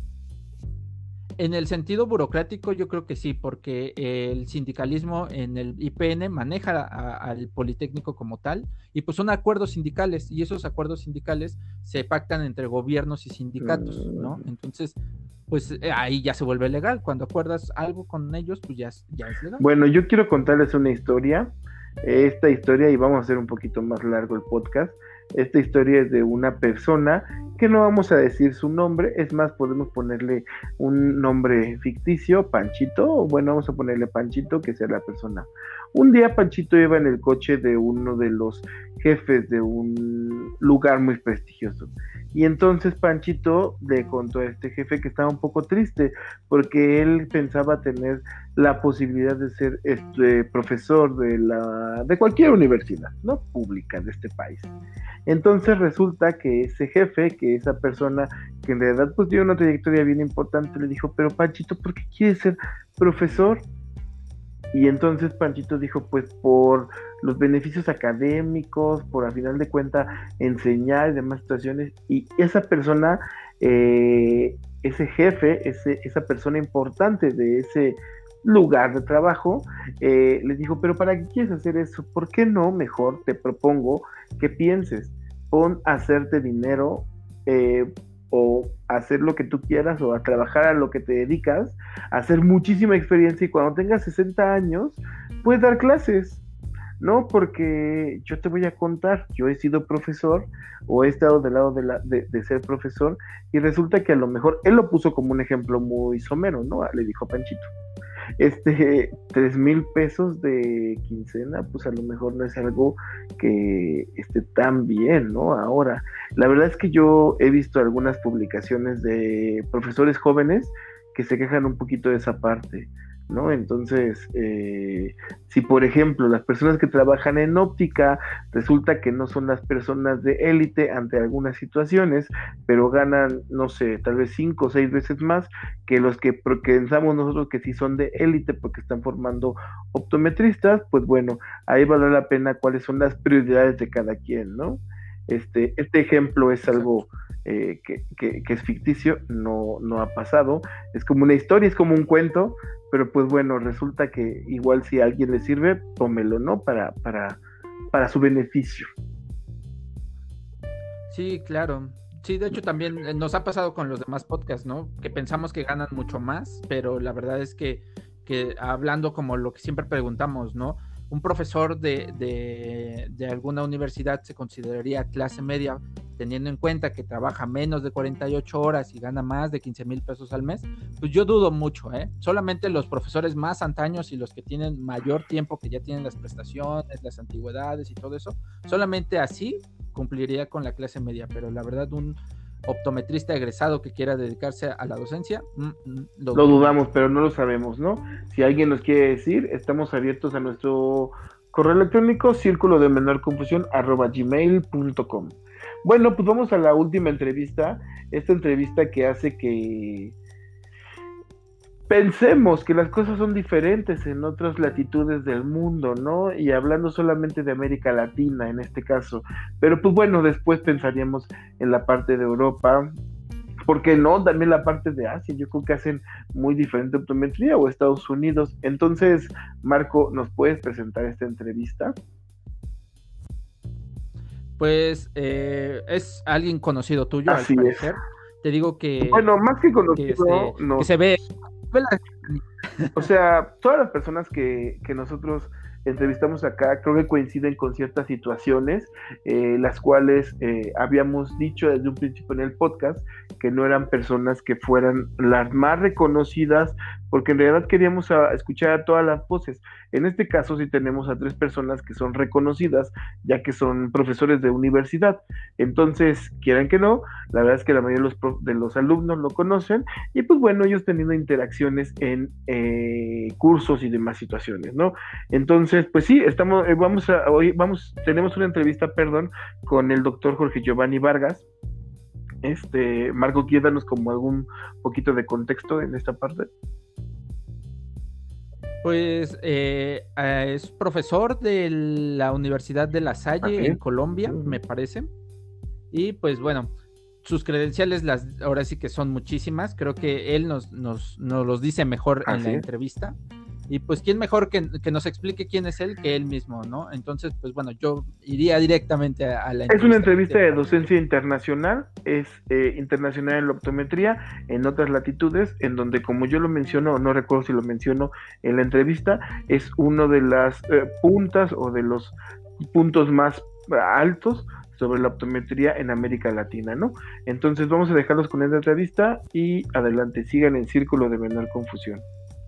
En el sentido burocrático yo creo que sí, porque el sindicalismo en el I P N maneja a, al Politécnico como tal, y pues son acuerdos sindicales, y esos acuerdos sindicales se pactan entre gobiernos y sindicatos, ¿no? Entonces, pues eh, ahí ya se vuelve legal, cuando acuerdas algo con ellos, pues ya, ya es legal. Bueno, yo quiero contarles una historia, esta historia, y vamos a hacer un poquito más largo el podcast. Esta historia es de una persona que no vamos a decir su nombre, es más, podemos ponerle un nombre ficticio, Panchito, o bueno, vamos a ponerle Panchito, que sea la persona. Un día Panchito iba en el coche de uno de los jefes de un lugar muy prestigioso, y entonces Panchito le contó a este jefe que estaba un poco triste, porque él pensaba tener la posibilidad de ser este profesor de la de cualquier universidad, ¿no? Pública de este país. Entonces resulta que ese jefe, que esa persona que en realidad pues dio una trayectoria bien importante, le dijo, pero Panchito, ¿por qué quieres ser profesor? Y entonces Panchito dijo, pues por los beneficios académicos, por a final de cuentas enseñar y demás situaciones. Y esa persona, eh, ese jefe, ese, esa persona importante de ese lugar de trabajo, eh, les dijo, pero ¿para qué quieres hacer eso? ¿Por qué no? Mejor te propongo que pienses, pon a hacerte dinero, eh, o hacer lo que tú quieras, o a trabajar a lo que te dedicas, a hacer muchísima experiencia, y cuando tengas sesenta años, puedes dar clases, ¿no? Porque yo te voy a contar, yo he sido profesor, o he estado del lado de, la, de, de ser profesor, y resulta que a lo mejor, él lo puso como un ejemplo muy somero, ¿no? Le dijo Panchito, este, tres mil pesos de quincena, pues a lo mejor no es algo que esté tan bien, ¿no? Ahora, la verdad es que yo he visto algunas publicaciones de profesores jóvenes que se quejan un poquito de esa parte, ¿no? Entonces, eh, si por ejemplo las personas que trabajan en óptica resulta que no son las personas de élite ante algunas situaciones, pero ganan, no sé, tal vez cinco o seis veces más que los que pensamos nosotros que sí son de élite porque están formando optometristas, pues bueno, ahí vale la pena cuáles son las prioridades de cada quien, ¿no? Este, este ejemplo es algo eh, que, que, que es ficticio, no, no ha pasado, es como una historia, es como un cuento, pero pues bueno, resulta que igual si a alguien le sirve, tómelo, ¿no? Para, para, para su beneficio. Sí, claro. Sí, de hecho también nos ha pasado con los demás podcasts, ¿no? Que pensamos que ganan mucho más, pero la verdad es que, que hablando como lo que siempre preguntamos, ¿no? Un profesor de, de, de alguna universidad se consideraría clase media, teniendo en cuenta que trabaja menos de cuarenta y ocho horas y gana más de quince mil pesos al mes, pues yo dudo mucho, ¿eh? Solamente los profesores más antaños y los que tienen mayor tiempo, que ya tienen las prestaciones, las antigüedades y todo eso, solamente así cumpliría con la clase media, pero la verdad un optometrista egresado que quiera dedicarse a la docencia, mm, mm, lo, lo dudamos, pero no lo sabemos, ¿no? Si alguien nos quiere decir, estamos abiertos a nuestro correo electrónico, círculo de menor confusión arroba gmail punto com. Bueno, pues vamos a la última entrevista, esta entrevista que hace que pensemos que las cosas son diferentes en otras latitudes del mundo, ¿no? Y hablando solamente de América Latina en este caso, pero pues bueno, después pensaríamos en la parte de Europa, ¿por qué no? También la parte de Asia, yo creo que hacen muy diferente optometría, o Estados Unidos. Entonces, Marco, ¿nos puedes presentar esta entrevista? Pues eh, es alguien conocido tuyo, Así al parecer. Es. Te digo que... Bueno, más que conocido, que se, no. que se ve... O sea, todas las personas que, que nosotros entrevistamos acá, creo que coinciden con ciertas situaciones, eh, las cuales eh, habíamos dicho desde un principio en el podcast, que no eran personas que fueran las más reconocidas, porque en realidad queríamos a, escuchar a todas las voces. En este caso sí tenemos a tres personas que son reconocidas, ya que son profesores de universidad. Entonces, quieran que no, la verdad es que la mayoría de los, prof, de los alumnos lo conocen, y pues bueno, ellos teniendo interacciones en eh, cursos y demás situaciones, ¿no? Entonces, pues sí, estamos, eh, vamos a, hoy vamos, tenemos una entrevista, perdón, con el doctor Jorge Giovanni Vargas. Este, Marco, ¿quieres darnos como algún poquito de contexto en esta parte? Pues eh, es profesor de la Universidad de La Salle, okay, en Colombia, uh-huh. me parece. Y pues bueno, sus credenciales las ahora sí que son muchísimas. Creo que él nos, nos, nos los dice mejor ¿Ah, en sí? la entrevista. Y pues quién mejor que, que nos explique quién es él que él mismo, ¿no? Entonces, pues bueno, yo iría directamente a, a la entrevista. Es una entrevista de docencia internacional, es eh, internacional en la optometría, en otras latitudes, en donde, como yo lo menciono, no recuerdo si lo menciono en la entrevista, es uno de las eh, puntas o de los puntos más altos sobre la optometría en América Latina, ¿no? Entonces vamos a dejarlos con esta entrevista y adelante, sigan el círculo de menor confusión.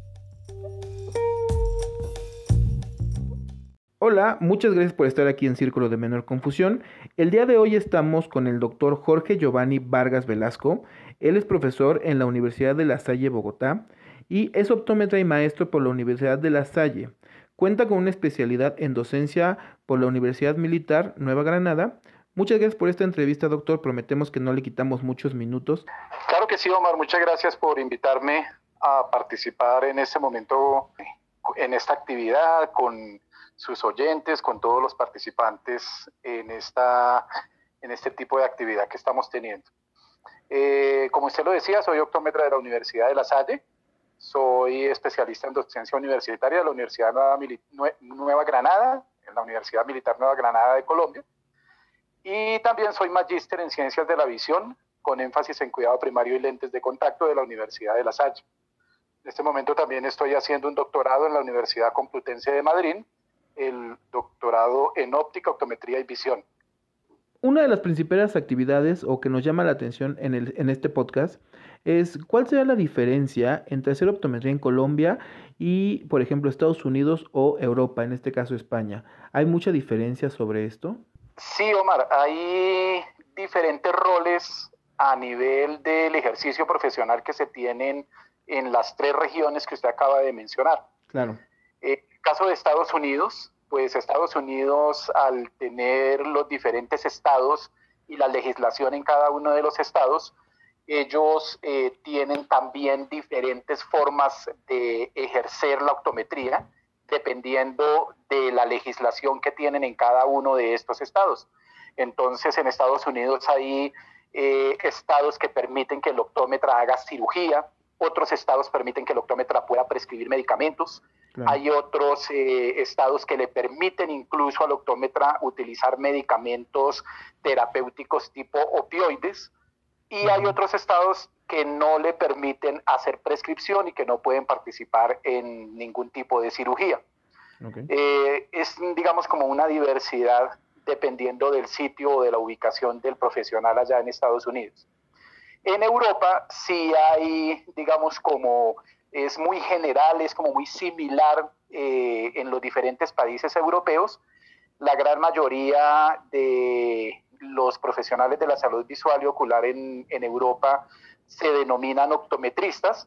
Hola, muchas gracias por estar aquí en Círculo de Menor Confusión. El día de hoy estamos con el doctor Jorge Giovanni Vargas Velasco. Él es profesor en la Universidad de La Salle, Bogotá, y es optómetra y maestro por la Universidad de La Salle. Cuenta con una especialidad en docencia por la Universidad Militar Nueva Granada. Muchas gracias por esta entrevista, doctor. Prometemos que no le quitamos muchos minutos. Claro que sí, Omar. Muchas gracias por invitarme a participar en este momento, en esta actividad, con sus oyentes, con todos los participantes en, esta, en este tipo de actividad que estamos teniendo. Eh, como usted lo decía, soy optómetra de la Universidad de La Salle, soy especialista en docencia universitaria de la Universidad Nueva, Mili- Nueva Granada, en la Universidad Militar Nueva Granada de Colombia, y también soy magíster en ciencias de la visión, con énfasis en cuidado primario y lentes de contacto de la Universidad de La Salle. En este momento también estoy haciendo un doctorado en la Universidad Complutense de Madrid, el doctorado en óptica, optometría y visión. Una de las principales actividades o que nos llama la atención en, el, en este podcast es cuál será la diferencia entre hacer optometría en Colombia y, por ejemplo, Estados Unidos o Europa, en este caso España. ¿Hay mucha diferencia sobre esto? Sí, Omar, hay diferentes roles a nivel del ejercicio profesional que se tienen en las tres regiones que usted acaba de mencionar. Claro. En el caso de Estados Unidos, pues Estados Unidos, al tener los diferentes estados y la legislación en cada uno de los estados, ellos eh, tienen también diferentes formas de ejercer la optometría, dependiendo de la legislación que tienen en cada uno de estos estados. Entonces, en Estados Unidos hay eh, estados que permiten que el optómetra haga cirugía, otros estados permiten que el optómetra pueda prescribir medicamentos, claro. Hay otros eh, estados que le permiten incluso al optómetra utilizar medicamentos terapéuticos tipo opioides, y uh-huh. hay otros estados que no le permiten hacer prescripción y que no pueden participar en ningún tipo de cirugía. Okay. Eh, es, digamos, como una diversidad dependiendo del sitio o de la ubicación del profesional allá en Estados Unidos. En Europa sí hay, digamos, como es muy general, es como muy similar eh, en los diferentes países europeos. La gran mayoría de los profesionales de la salud visual y ocular en, en Europa se denominan optometristas.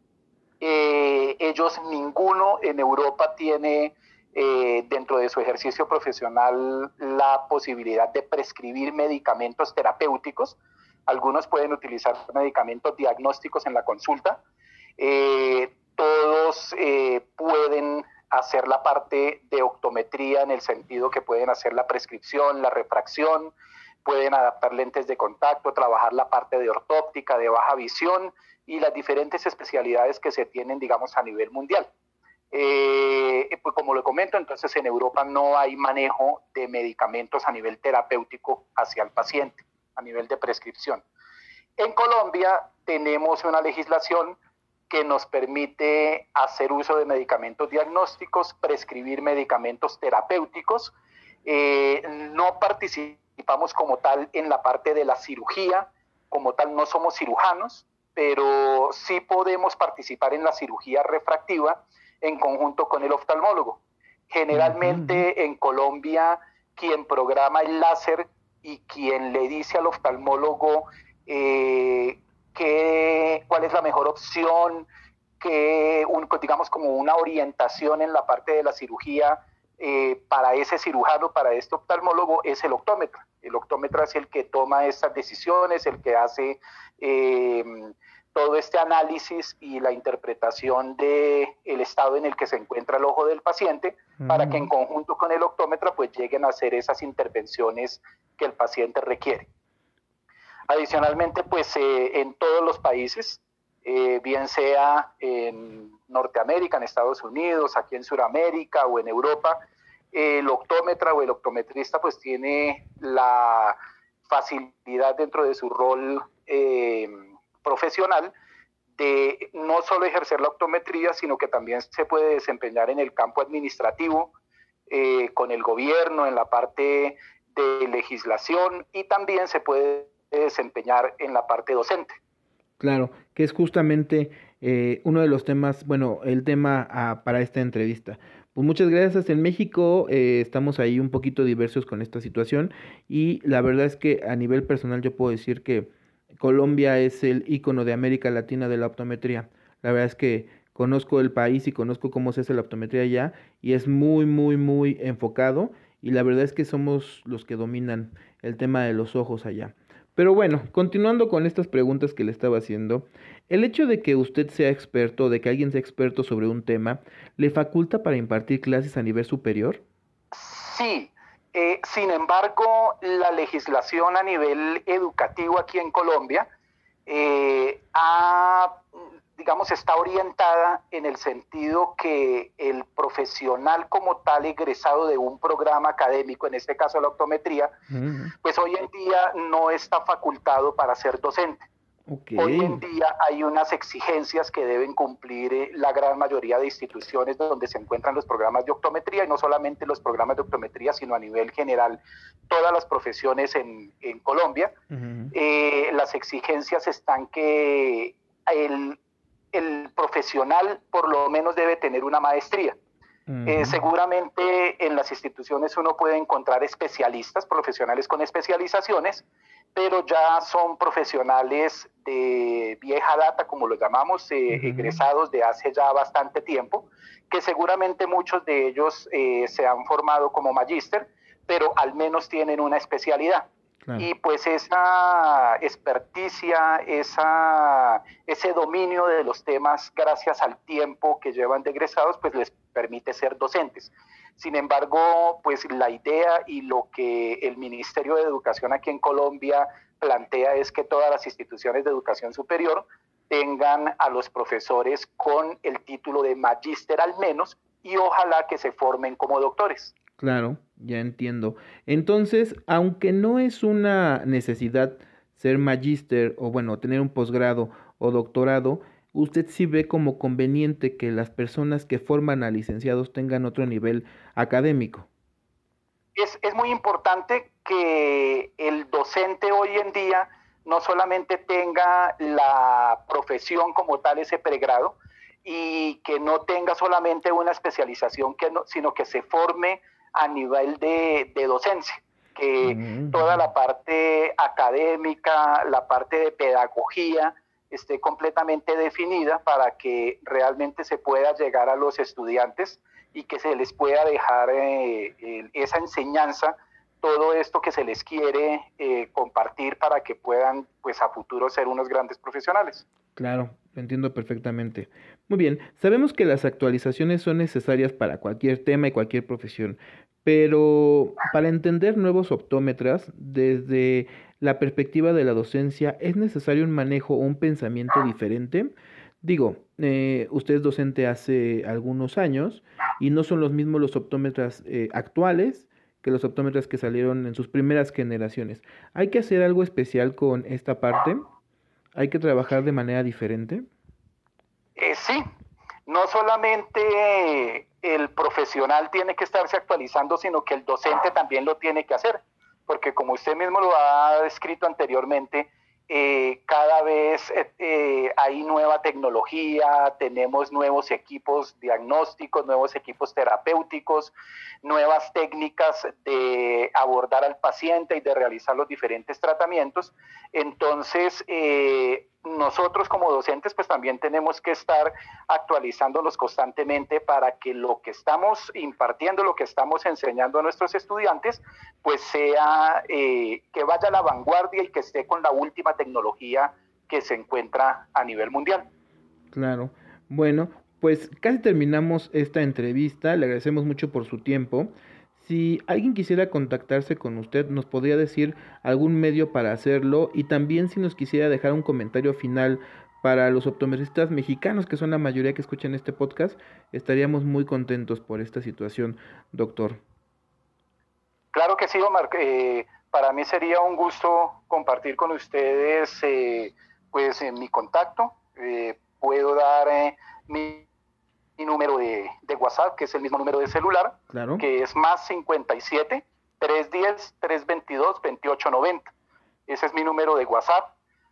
Eh, ellos, ninguno en Europa tiene eh, dentro de su ejercicio profesional la posibilidad de prescribir medicamentos terapéuticos. Algunos pueden utilizar medicamentos diagnósticos en la consulta. Eh, todos eh, pueden hacer la parte de optometría en el sentido que pueden hacer la prescripción, la refracción, pueden adaptar lentes de contacto, trabajar la parte de ortóptica, de baja visión y las diferentes especialidades que se tienen, digamos, a nivel mundial. Eh, pues como lo comento, entonces en Europa no hay manejo de medicamentos a nivel terapéutico hacia el paciente, a nivel de prescripción. En Colombia tenemos una legislación que nos permite hacer uso de medicamentos diagnósticos, prescribir medicamentos terapéuticos. Eh, no participamos como tal en la parte de la cirugía, como tal no somos cirujanos, pero sí podemos participar en la cirugía refractiva en conjunto con el oftalmólogo. Generalmente uh-huh. en Colombia, quien programa el láser y quien le dice al oftalmólogo eh, que, cuál es la mejor opción, que un, digamos como una orientación en la parte de la cirugía eh, para ese cirujano, para este oftalmólogo, es el optómetra. El optómetra es el que toma estas decisiones, el que hace eh, todo este análisis y la interpretación del estado en el que se encuentra el ojo del paciente, mm. para que en conjunto con el optómetra pues lleguen a hacer esas intervenciones que el paciente requiere. Adicionalmente, pues eh, en todos los países, eh, bien sea en Norteamérica, en Estados Unidos, aquí en Sudamérica o en Europa, eh, el optómetra o el optometrista pues tiene la facilidad dentro de su rol eh, profesional de no solo ejercer la optometría, sino que también se puede desempeñar en el campo administrativo, eh, con el gobierno, en la parte de legislación, y también se puede desempeñar en la parte docente. Claro, que es justamente eh, uno de los temas, bueno, el tema ah, para esta entrevista. Pues muchas gracias. En México eh, estamos ahí un poquito diversos con esta situación, y la verdad es que a nivel personal yo puedo decir que Colombia es el ícono de América Latina de la optometría. La verdad es que conozco el país y conozco cómo se hace la optometría allá, y es muy, muy, muy enfocado, y la verdad es que somos los que dominan el tema de los ojos allá. Pero bueno, continuando con estas preguntas que le estaba haciendo, ¿el hecho de que usted sea experto, de que alguien sea experto sobre un tema, le faculta para impartir clases a nivel superior? Sí, eh, sin embargo, la legislación a nivel educativo aquí en Colombia eh, ha, digamos, está orientada en el sentido que el profesional como tal egresado de un programa académico, en este caso la optometría, uh-huh. pues hoy en día no está facultado para ser docente. Okay. Hoy en día hay unas exigencias que deben cumplir eh, la gran mayoría de instituciones donde se encuentran los programas de optometría, y no solamente los programas de optometría, sino a nivel general todas las profesiones en, en Colombia. Uh-huh. Eh, las exigencias están que el, el profesional por lo menos debe tener una maestría. Uh-huh. Eh, seguramente en las instituciones uno puede encontrar especialistas, profesionales con especializaciones, pero ya son profesionales de vieja data, como los llamamos, eh, uh-huh. egresados de hace ya bastante tiempo, que seguramente muchos de ellos eh, se han formado como magíster, pero al menos tienen una especialidad. Claro. Y pues esa experticia, esa, ese dominio de los temas, gracias al tiempo que llevan de egresados, pues les permite ser docentes. Sin embargo, pues la idea y lo que el Ministerio de Educación aquí en Colombia plantea es que todas las instituciones de educación superior tengan a los profesores con el título de magíster al menos, y ojalá que se formen como doctores. Claro, ya entiendo. Entonces, aunque no es una necesidad ser magíster o bueno, tener un posgrado o doctorado, ¿usted sí ve como conveniente que las personas que forman a licenciados tengan otro nivel académico? Es, es muy importante que el docente hoy en día no solamente tenga la profesión como tal, ese pregrado, y que no tenga solamente una especialización, que no, sino que se forme a nivel de, de docencia, que uh-huh. toda la parte académica, la parte de pedagogía esté completamente definida para que realmente se pueda llegar a los estudiantes y que se les pueda dejar eh, eh, esa enseñanza, todo esto que se les quiere eh, compartir para que puedan pues a futuro ser unos grandes profesionales. Claro, lo entiendo perfectamente. Muy bien, sabemos que las actualizaciones son necesarias para cualquier tema y cualquier profesión, pero para entender nuevos optómetras desde la perspectiva de la docencia, ¿es necesario un manejo o un pensamiento diferente? Digo, eh, usted es docente hace algunos años y no son los mismos los optómetras eh, actuales que los optómetras que salieron en sus primeras generaciones. ¿Hay que hacer algo especial con esta parte? ¿Hay que trabajar de manera diferente? Eh, sí, no solamente el profesional tiene que estarse actualizando, sino que el docente también lo tiene que hacer, porque como usted mismo lo ha descrito anteriormente, eh, cada vez eh, hay nueva tecnología, tenemos nuevos equipos diagnósticos, nuevos equipos terapéuticos, nuevas técnicas de abordar al paciente y de realizar los diferentes tratamientos. Entonces, eh, nosotros como docentes pues también tenemos que estar actualizándonos constantemente para que lo que estamos impartiendo, lo que estamos enseñando a nuestros estudiantes, pues sea eh, que vaya a la vanguardia y que esté con la última tecnología que se encuentra a nivel mundial. Claro, bueno, pues casi terminamos esta entrevista, le agradecemos mucho por su tiempo. Si alguien quisiera contactarse con usted, ¿nos podría decir algún medio para hacerlo? Y también si nos quisiera dejar un comentario final para los optometristas mexicanos, que son la mayoría que escuchan este podcast, estaríamos muy contentos por esta situación, doctor. Claro que sí, Omar. Eh, para mí sería un gusto compartir con ustedes eh, pues, eh, mi contacto. Eh, puedo dar eh, mi... mi número de, de WhatsApp, que es el mismo número de celular, claro, que es más cincuenta y siete, trescientos diez, trescientos veintidós, veintiocho noventa. Ese es mi número de WhatsApp.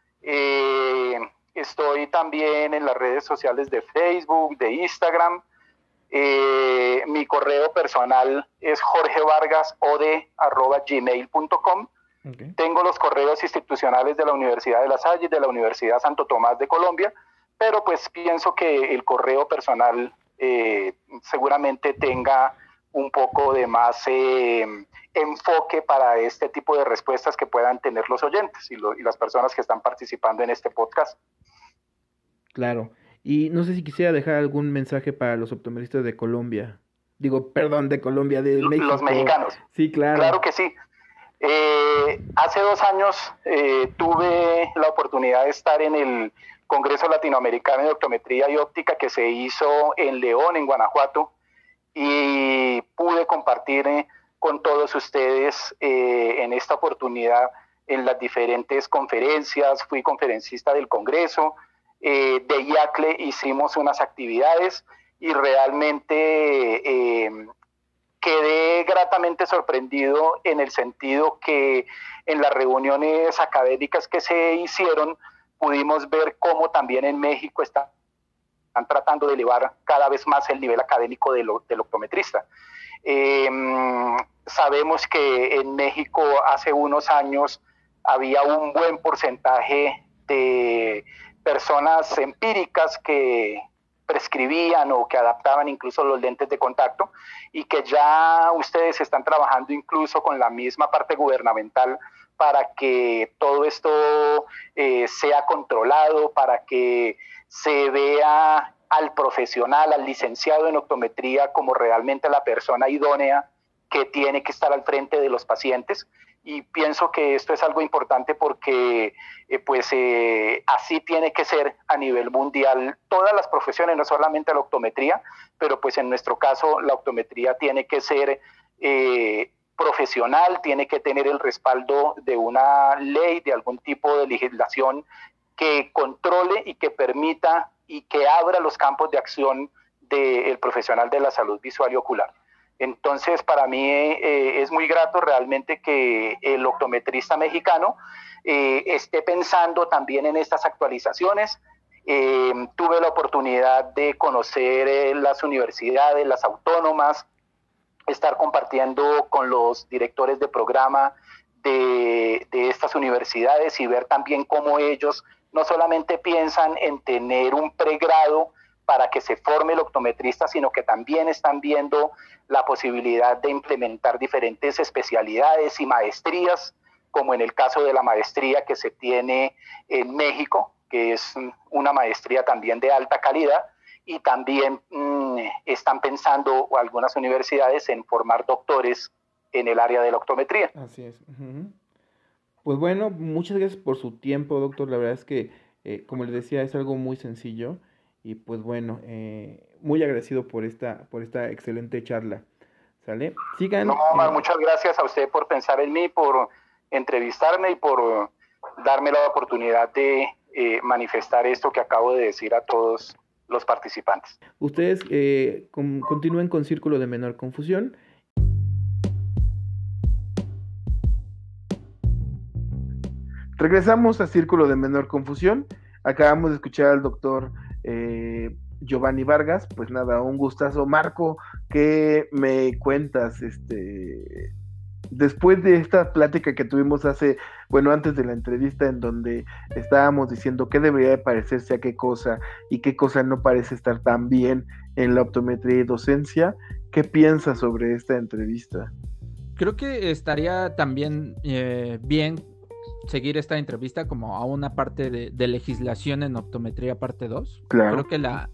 Eh, estoy también en las redes sociales de Facebook, de Instagram. Eh, mi correo personal es jorgevargasod arroba gmail punto com. Okay. Tengo los correos institucionales de la Universidad de La Salle y de la Universidad Santo Tomás de Colombia, pero pues pienso que el correo personal eh, seguramente tenga un poco de más eh, enfoque para este tipo de respuestas que puedan tener los oyentes y, lo, y las personas que están participando en este podcast. Claro, y no sé si quisiera dejar algún mensaje para los optometristas de Colombia. Digo, perdón, de Colombia, de México. Los mexicanos. Sí, claro. Claro que sí. Eh, hace dos años eh, tuve la oportunidad de estar en el Congreso Latinoamericano de Optometría y Óptica que se hizo en León, en Guanajuato, y pude compartir eh, con todos ustedes eh, en esta oportunidad en las diferentes conferencias. Fui conferencista del Congreso, eh, de I A C L E hicimos unas actividades y realmente eh, quedé gratamente sorprendido en el sentido que en las reuniones académicas que se hicieron pudimos ver cómo también en México están tratando de elevar cada vez más el nivel académico del, del optometrista. Eh, sabemos que en México hace unos años había un buen porcentaje de personas empíricas que prescribían o que adaptaban incluso los lentes de contacto y que ya ustedes están trabajando incluso con la misma parte gubernamental para que todo esto eh, sea controlado, para que se vea al profesional, al licenciado en optometría como realmente la persona idónea que tiene que estar al frente de los pacientes. Y pienso que esto es algo importante porque eh, pues eh, así tiene que ser a nivel mundial todas las profesiones, no solamente la optometría, pero pues en nuestro caso la optometría tiene que ser eh, profesional, tiene que tener el respaldo de una ley, de algún tipo de legislación que controle y que permita y que abra los campos de acción del profesional de la salud visual y ocular. Entonces, para mí eh, es muy grato realmente que el optometrista mexicano eh, esté pensando también en estas actualizaciones. Eh, tuve la oportunidad de conocer eh, las universidades, las autónomas, estar compartiendo con los directores de programa de, de estas universidades y ver también cómo ellos no solamente piensan en tener un pregrado para que se forme el optometrista, sino que también están viendo la posibilidad de implementar diferentes especialidades y maestrías, como en el caso de la maestría que se tiene en México, que es una maestría también de alta calidad, y también mmm, están pensando algunas universidades en formar doctores en el área de la optometría. Así es. Uh-huh. Pues bueno, muchas gracias por su tiempo, doctor. La verdad es que, eh, como les decía, es algo muy sencillo. Y pues bueno, eh, muy agradecido por esta, por esta excelente charla. ¿Sale? Sigan. No, Omar, eh... muchas gracias a usted por pensar en mí, por entrevistarme y por darme la oportunidad de eh, manifestar esto que acabo de decir a todos los participantes. Ustedes eh, con, continúen con Círculo de Menor Confusión. Regresamos a Círculo de Menor Confusión. Acabamos de escuchar al doctor eh, Giovanni Vargas. Pues nada, un gustazo. Marco, ¿qué me cuentas? Este, después de esta plática que tuvimos hace, bueno, antes de la entrevista, en donde estábamos diciendo qué debería de parecerse a qué cosa y qué cosa no parece estar tan bien en la optometría y docencia, ¿qué piensas sobre esta entrevista? Creo que estaría también eh, bien seguir esta entrevista como a una parte de, de legislación en optometría parte dos. Claro. Creo que la,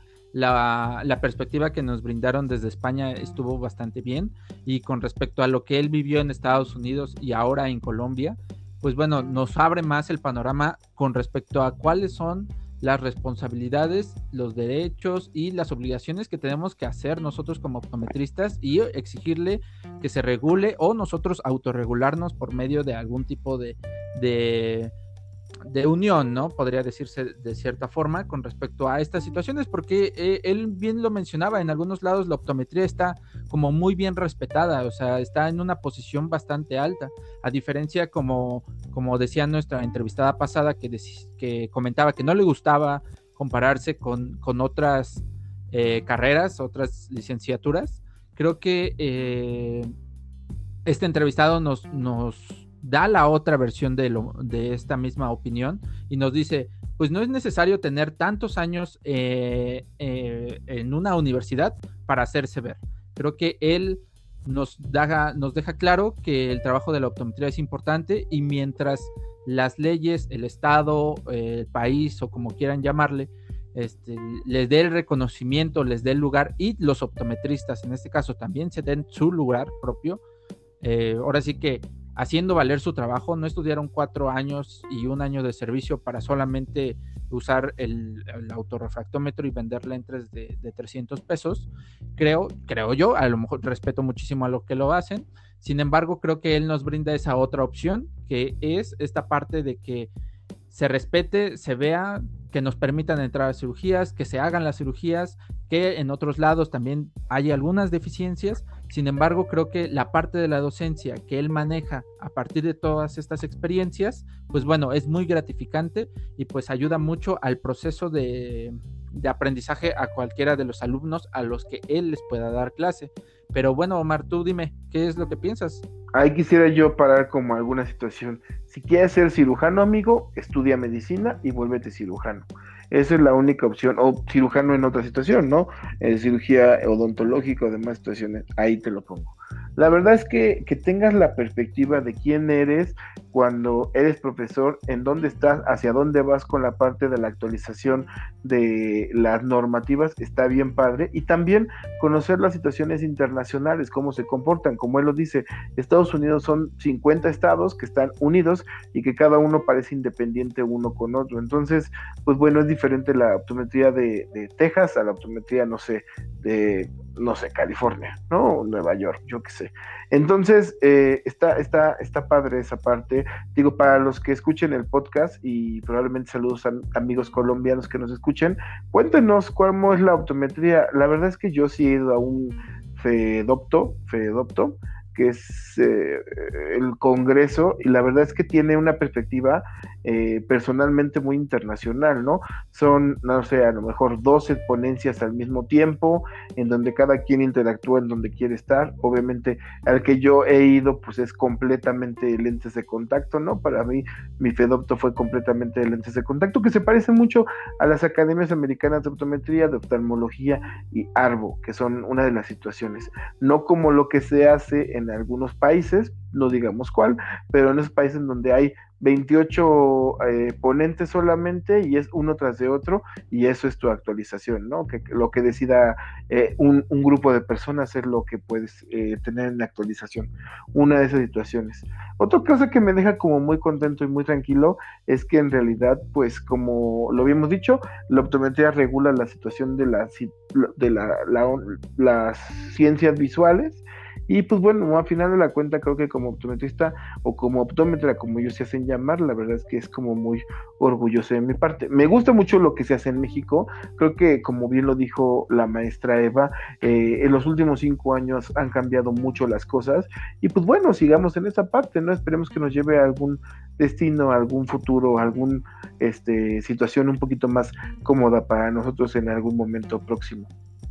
la, la perspectiva que nos brindaron desde España estuvo bastante bien, y con respecto a lo que él vivió en Estados Unidos y ahora en Colombia, pues bueno, nos abre más el panorama con respecto a cuáles son las responsabilidades, los derechos y las obligaciones que tenemos que hacer nosotros como optometristas, y exigirle que se regule o nosotros autorregularnos por medio de algún tipo de, de, de unión, ¿no? Podría decirse de cierta forma con respecto a estas situaciones, porque eh, él bien lo mencionaba, en algunos lados la optometría está como muy bien respetada, o sea, está en una posición bastante alta, a diferencia como, como decía nuestra entrevistada pasada, que, dec- que comentaba que no le gustaba compararse con, con otras eh, carreras, otras licenciaturas. Creo que eh, este entrevistado nos, nos da la otra versión de, lo, de esta misma opinión, y nos dice, pues no es necesario tener tantos años eh, eh, en una universidad para hacerse ver. Creo que él nos, da, nos deja claro que el trabajo de la optometría es importante, y mientras las leyes, el Estado, el país o como quieran llamarle, este, les dé el reconocimiento, les dé el lugar, y los optometristas en este caso también se den su lugar propio, eh, ahora sí que haciendo valer su trabajo. No estudiaron cuatro años y un año de servicio para solamente usar el, el autorrefractómetro y vender lentes de, de trescientos pesos. Creo, creo yo, a lo mejor respeto muchísimo a lo que lo hacen. Sin embargo, creo que él nos brinda esa otra opción, que es esta parte de que se respete, se vea, que nos permitan entrar a cirugías, que se hagan las cirugías, que en otros lados también hay algunas deficiencias. Sin embargo, creo que la parte de la docencia que él maneja a partir de todas estas experiencias, pues bueno, es muy gratificante, y pues ayuda mucho al proceso de, de aprendizaje a cualquiera de los alumnos a los que él les pueda dar clase. Pero bueno, Omar, tú dime, ¿qué es lo que piensas? Ahí quisiera yo parar como alguna situación. Si quieres ser cirujano, amigo, estudia medicina y vuélvete cirujano. Esa es la única opción, o cirujano en otra situación, ¿no? En cirugía odontológica o demás situaciones, ahí te lo pongo. La verdad es que, que tengas la perspectiva de quién eres cuando eres profesor, en dónde estás, hacia dónde vas con la parte de la actualización de las normativas, está bien padre, y también conocer las situaciones internacionales, cómo se comportan. Como él lo dice, Estados Unidos son cincuenta estados que están unidos y que cada uno parece independiente uno con otro. Entonces, pues bueno, es diferente la optometría de, de Texas a la optometría, no sé, de, no sé, California, ¿no? Nueva York, yo qué sé. Entonces, eh, está, está, está padre esa parte. Digo, para los que escuchen el podcast, y probablemente saludos a amigos colombianos que nos escuchen, cuéntenos cómo es la optometría. La verdad es que yo sí he ido a un FEDOPTO, FEDOPTO, que es eh, el congreso, y la verdad es que tiene una perspectiva eh, personalmente muy internacional, ¿no? Son, no sé, a lo mejor doce ponencias al mismo tiempo, en donde cada quien interactúa en donde quiere estar. Obviamente, al que yo he ido, pues es completamente lentes de contacto, ¿no? Para mí, mi FEDOPTO fue completamente de lentes de contacto, que se parecen mucho a las academias americanas de optometría, de oftalmología y ARVO, que son una de las situaciones, no como lo que se hace en algunos países, no digamos cuál, pero en esos países donde hay veintiocho eh, ponentes solamente, y es uno tras de otro, y eso es tu actualización, ¿no? Que, que lo que decida eh, un, un grupo de personas es lo que puedes eh, tener en la actualización, una de esas situaciones. Otra cosa que me deja como muy contento y muy tranquilo es que en realidad, pues como lo habíamos dicho, la optometría regula la situación de, la, de la, la, las ciencias visuales, Y pues bueno, al final de la cuenta creo que como optometrista o como optómetra, como ellos se hacen llamar, la verdad es que es como muy orgulloso de mi parte. Me gusta mucho lo que se hace en México, creo que como bien lo dijo la maestra Eva, eh, en los últimos cinco años han cambiado mucho las cosas, y pues bueno, sigamos en esa parte, ¿no? Esperemos que nos lleve a algún destino, a algún futuro, a alguna este, situación un poquito más cómoda para nosotros en algún momento próximo.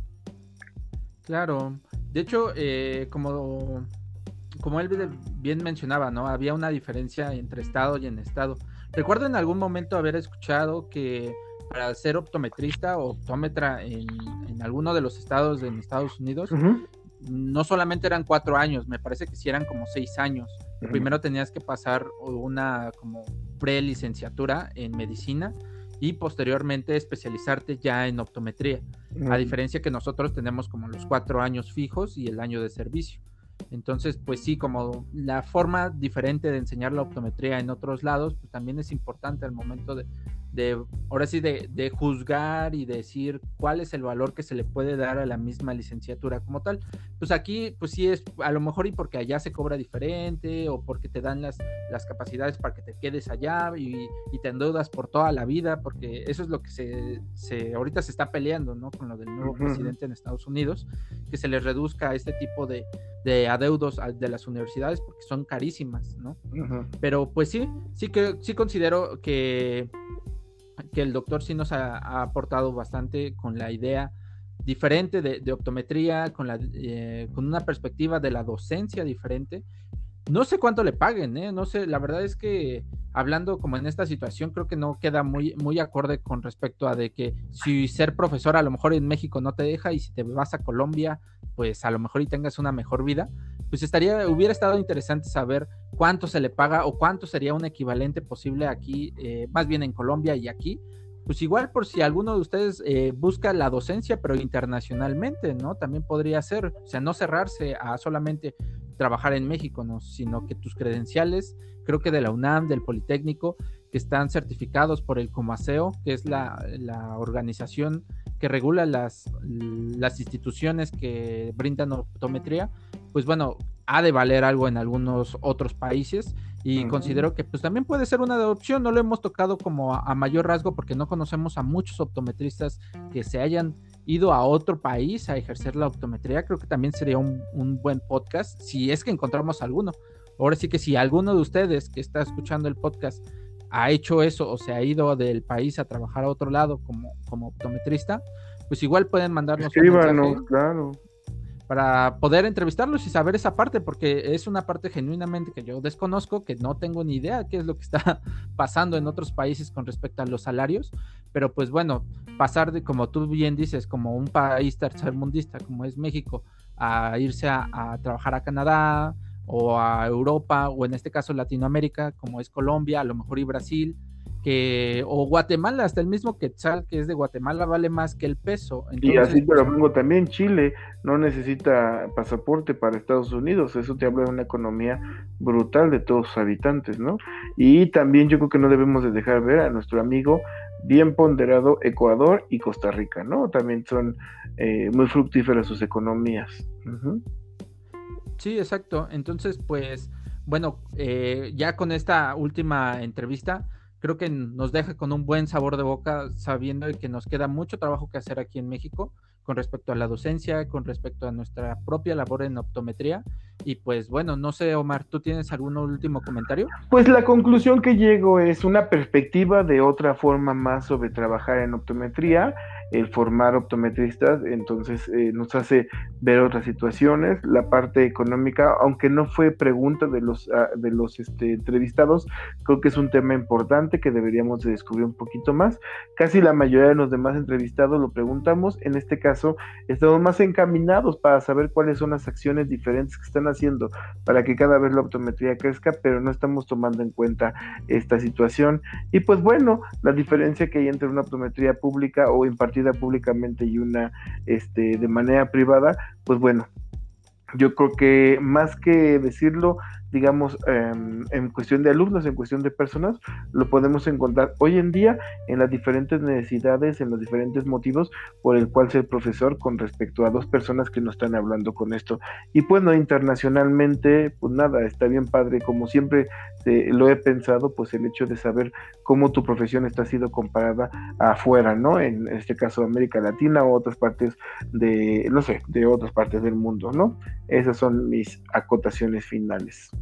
Claro, de hecho, eh, como, como él bien mencionaba, ¿no? Había una diferencia entre estado y en estado. Recuerdo en algún momento haber escuchado que para ser optometrista o optómetra en, en alguno de los estados en Estados Unidos, uh-huh. no solamente eran cuatro años, me parece que sí eran como seis años. Uh-huh. Primero tenías que pasar una como prelicenciatura en medicina y posteriormente especializarte ya en optometría, uh-huh. a diferencia que nosotros tenemos como los cuatro años fijos y el año de servicio. Entonces, pues sí, como la forma diferente de enseñar la optometría en otros lados, pues también es importante al momento de, de ahora sí, de, de juzgar y decir cuál es el valor que se le puede dar a la misma licenciatura como tal. Pues aquí, pues sí es, a lo mejor y porque allá se cobra diferente o porque te dan las, las capacidades para que te quedes allá y, y te endeudas por toda la vida, porque eso es lo que se, se ahorita se está peleando, ¿no? Con lo del nuevo uh-huh. presidente en Estados Unidos, que se les reduzca este tipo de, de adeudos de las universidades porque son carísimas, ¿no? Uh-huh. Pero pues sí, sí que sí considero que, que el doctor sí nos ha, ha aportado bastante con la idea diferente de, de optometría, con, la, eh, con una perspectiva de la docencia diferente. No sé cuánto le paguen, ¿eh? No sé, la verdad es que hablando como en esta situación creo que no queda muy, muy acorde con respecto a de que si ser profesor a lo mejor en México no te deja y si te vas a Colombia pues a lo mejor y tengas una mejor vida, pues estaría, hubiera estado interesante saber cuánto se le paga o cuánto sería un equivalente posible aquí, eh, más bien en Colombia y aquí, pues igual por si alguno de ustedes eh, busca la docencia pero internacionalmente, ¿no? También podría ser, o sea, no cerrarse a solamente trabajar en México, ¿no? Sino que tus credenciales, creo que de la UNAM, del Politécnico, que están certificados por el Comaceo, que es la, la organización que regula las, las instituciones que brindan optometría, pues bueno, ha de valer algo en algunos otros países y uh-huh. considero que pues también puede ser una opción. No lo hemos tocado como a, a mayor rasgo porque no conocemos a muchos optometristas que se hayan ido a otro país a ejercer la optometría. Creo que también sería un, un buen podcast si es que encontramos alguno. Ahora sí que si alguno de ustedes que está escuchando el podcast ha hecho eso o se ha ido del país a trabajar a otro lado como, como optometrista, pues igual pueden mandarnos Escríbanos, un mensaje claro, para poder entrevistarlos y saber esa parte, porque es una parte genuinamente que yo desconozco, que no tengo ni idea qué es lo que está pasando en otros países con respecto a los salarios, pero pues bueno, pasar de, como tú bien dices, como un país tercermundista como es México, a irse a, a trabajar a Canadá o a Europa, o en este caso Latinoamérica, como es Colombia, a lo mejor y Brasil, que, o Guatemala, hasta el mismo quetzal que es de Guatemala vale más que el peso. Entonces, y así te lo pongo también, Chile no necesita pasaporte para Estados Unidos, eso te habla de una economía brutal de todos sus habitantes, ¿no? Y también yo creo que no debemos de dejar ver a nuestro amigo bien ponderado Ecuador y Costa Rica, ¿no? También son eh, muy fructíferas sus economías. Uh-huh. Sí, exacto. Entonces, pues, bueno, eh, ya con esta última entrevista, creo que nos deja con un buen sabor de boca, sabiendo que nos queda mucho trabajo que hacer aquí en México con respecto a la docencia, con respecto a nuestra propia labor en optometría. Y pues bueno, no sé, Omar, ¿tú tienes algún último comentario? Pues la conclusión que llego es una perspectiva de otra forma más sobre trabajar en optometría, el formar optometristas, entonces eh, nos hace ver otras situaciones. La parte económica, aunque no fue pregunta de los, uh, de los este, entrevistados, creo que es un tema importante que deberíamos de descubrir un poquito más. Casi la mayoría de los demás entrevistados lo preguntamos, en este caso estamos más encaminados para saber cuáles son las acciones diferentes que están haciendo para que cada vez la optometría crezca, pero no estamos tomando en cuenta esta situación. Y pues bueno, la diferencia que hay entre una optometría pública o impartida públicamente y una este, de manera privada, pues bueno, yo creo que más que decirlo, digamos, eh, en cuestión de alumnos, en cuestión de personas, lo podemos encontrar hoy en día en las diferentes necesidades, en los diferentes motivos por el cual ser profesor con respecto a dos personas que nos están hablando con esto. Y bueno, internacionalmente, pues nada, está bien padre, como siempre eh, lo he pensado, pues el hecho de saber cómo tu profesión está siendo comparada afuera, ¿no? En este caso América Latina o otras partes de, no sé, de otras partes del mundo, ¿no? Esas son mis acotaciones finales.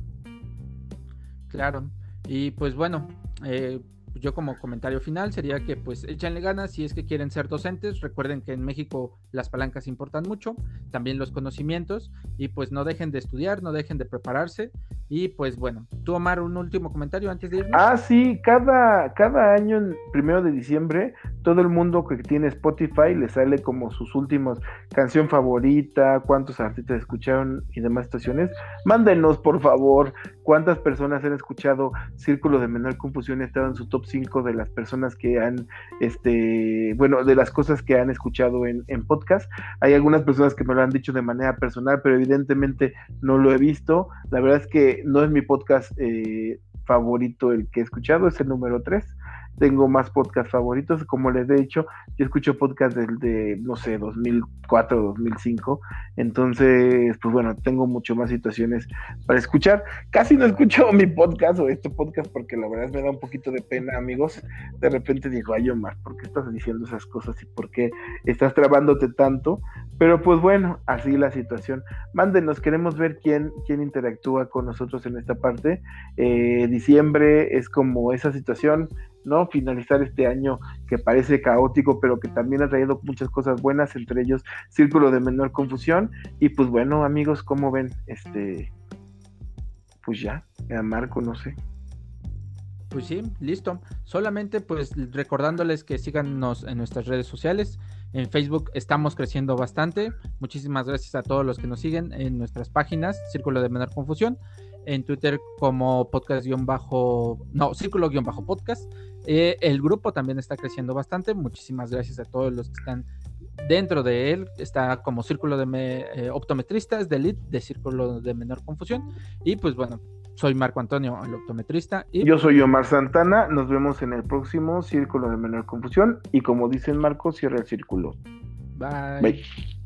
Claro, y pues bueno, eh, yo como comentario final sería que pues échenle ganas si es que quieren ser docentes. Recuerden que en México las palancas importan mucho, también los conocimientos, y pues no dejen de estudiar, no dejen de prepararse. Y pues bueno, tú, Omar, un último comentario antes de irnos. Ah, sí, cada, cada año, en primero de diciembre, todo el mundo que tiene Spotify le sale como sus últimos canción favorita, cuántos artistas escucharon y demás estaciones. Mándenos, por favor, cuántas personas han escuchado Círculo de Menor Confusión, estado en su top cinco de las personas que han, este, bueno, de las cosas que han escuchado en, en podcast. Hay algunas personas que me lo han dicho de manera personal, pero evidentemente no lo he visto. La verdad es que no es mi podcast eh, favorito el que he escuchado, es el número tres. Tengo más podcasts favoritos, como les he dicho, yo escucho podcasts del de, no sé, dos mil cuatro, dos mil cinco, entonces, pues bueno, tengo mucho más situaciones para escuchar. Casi no escucho mi podcast o este podcast porque la verdad me da un poquito de pena, amigos. De repente digo, ay, Omar, ¿por qué estás diciendo esas cosas y por qué estás trabándote tanto? Pero pues bueno, así la situación. Mándenos, queremos ver quién, quién interactúa con nosotros en esta parte. Eh, diciembre es como esa situación, ¿no? Finalizar este año que parece caótico, pero que también ha traído muchas cosas buenas, entre ellos Círculo de Menor Confusión. Y pues bueno, amigos, ¿cómo ven? Este, pues ya, a Marco, no sé. Pues sí, listo. Solamente pues recordándoles que síganos en nuestras redes sociales. En Facebook estamos creciendo bastante. Muchísimas gracias a todos los que nos siguen en nuestras páginas, Círculo de Menor Confusión. En Twitter como podcast-bajo, no, Círculo-podcast. Eh, el grupo también está creciendo bastante. Muchísimas gracias a todos los que están dentro de él. Está como Círculo de me, eh, Optometristas, de Elite, de Círculo de Menor Confusión. Y pues bueno, soy Marco Antonio, el optometrista. Y yo soy Omar Santana. Nos vemos en el próximo Círculo de Menor Confusión. Y como dicen Marco, cierra el círculo. Bye. Bye.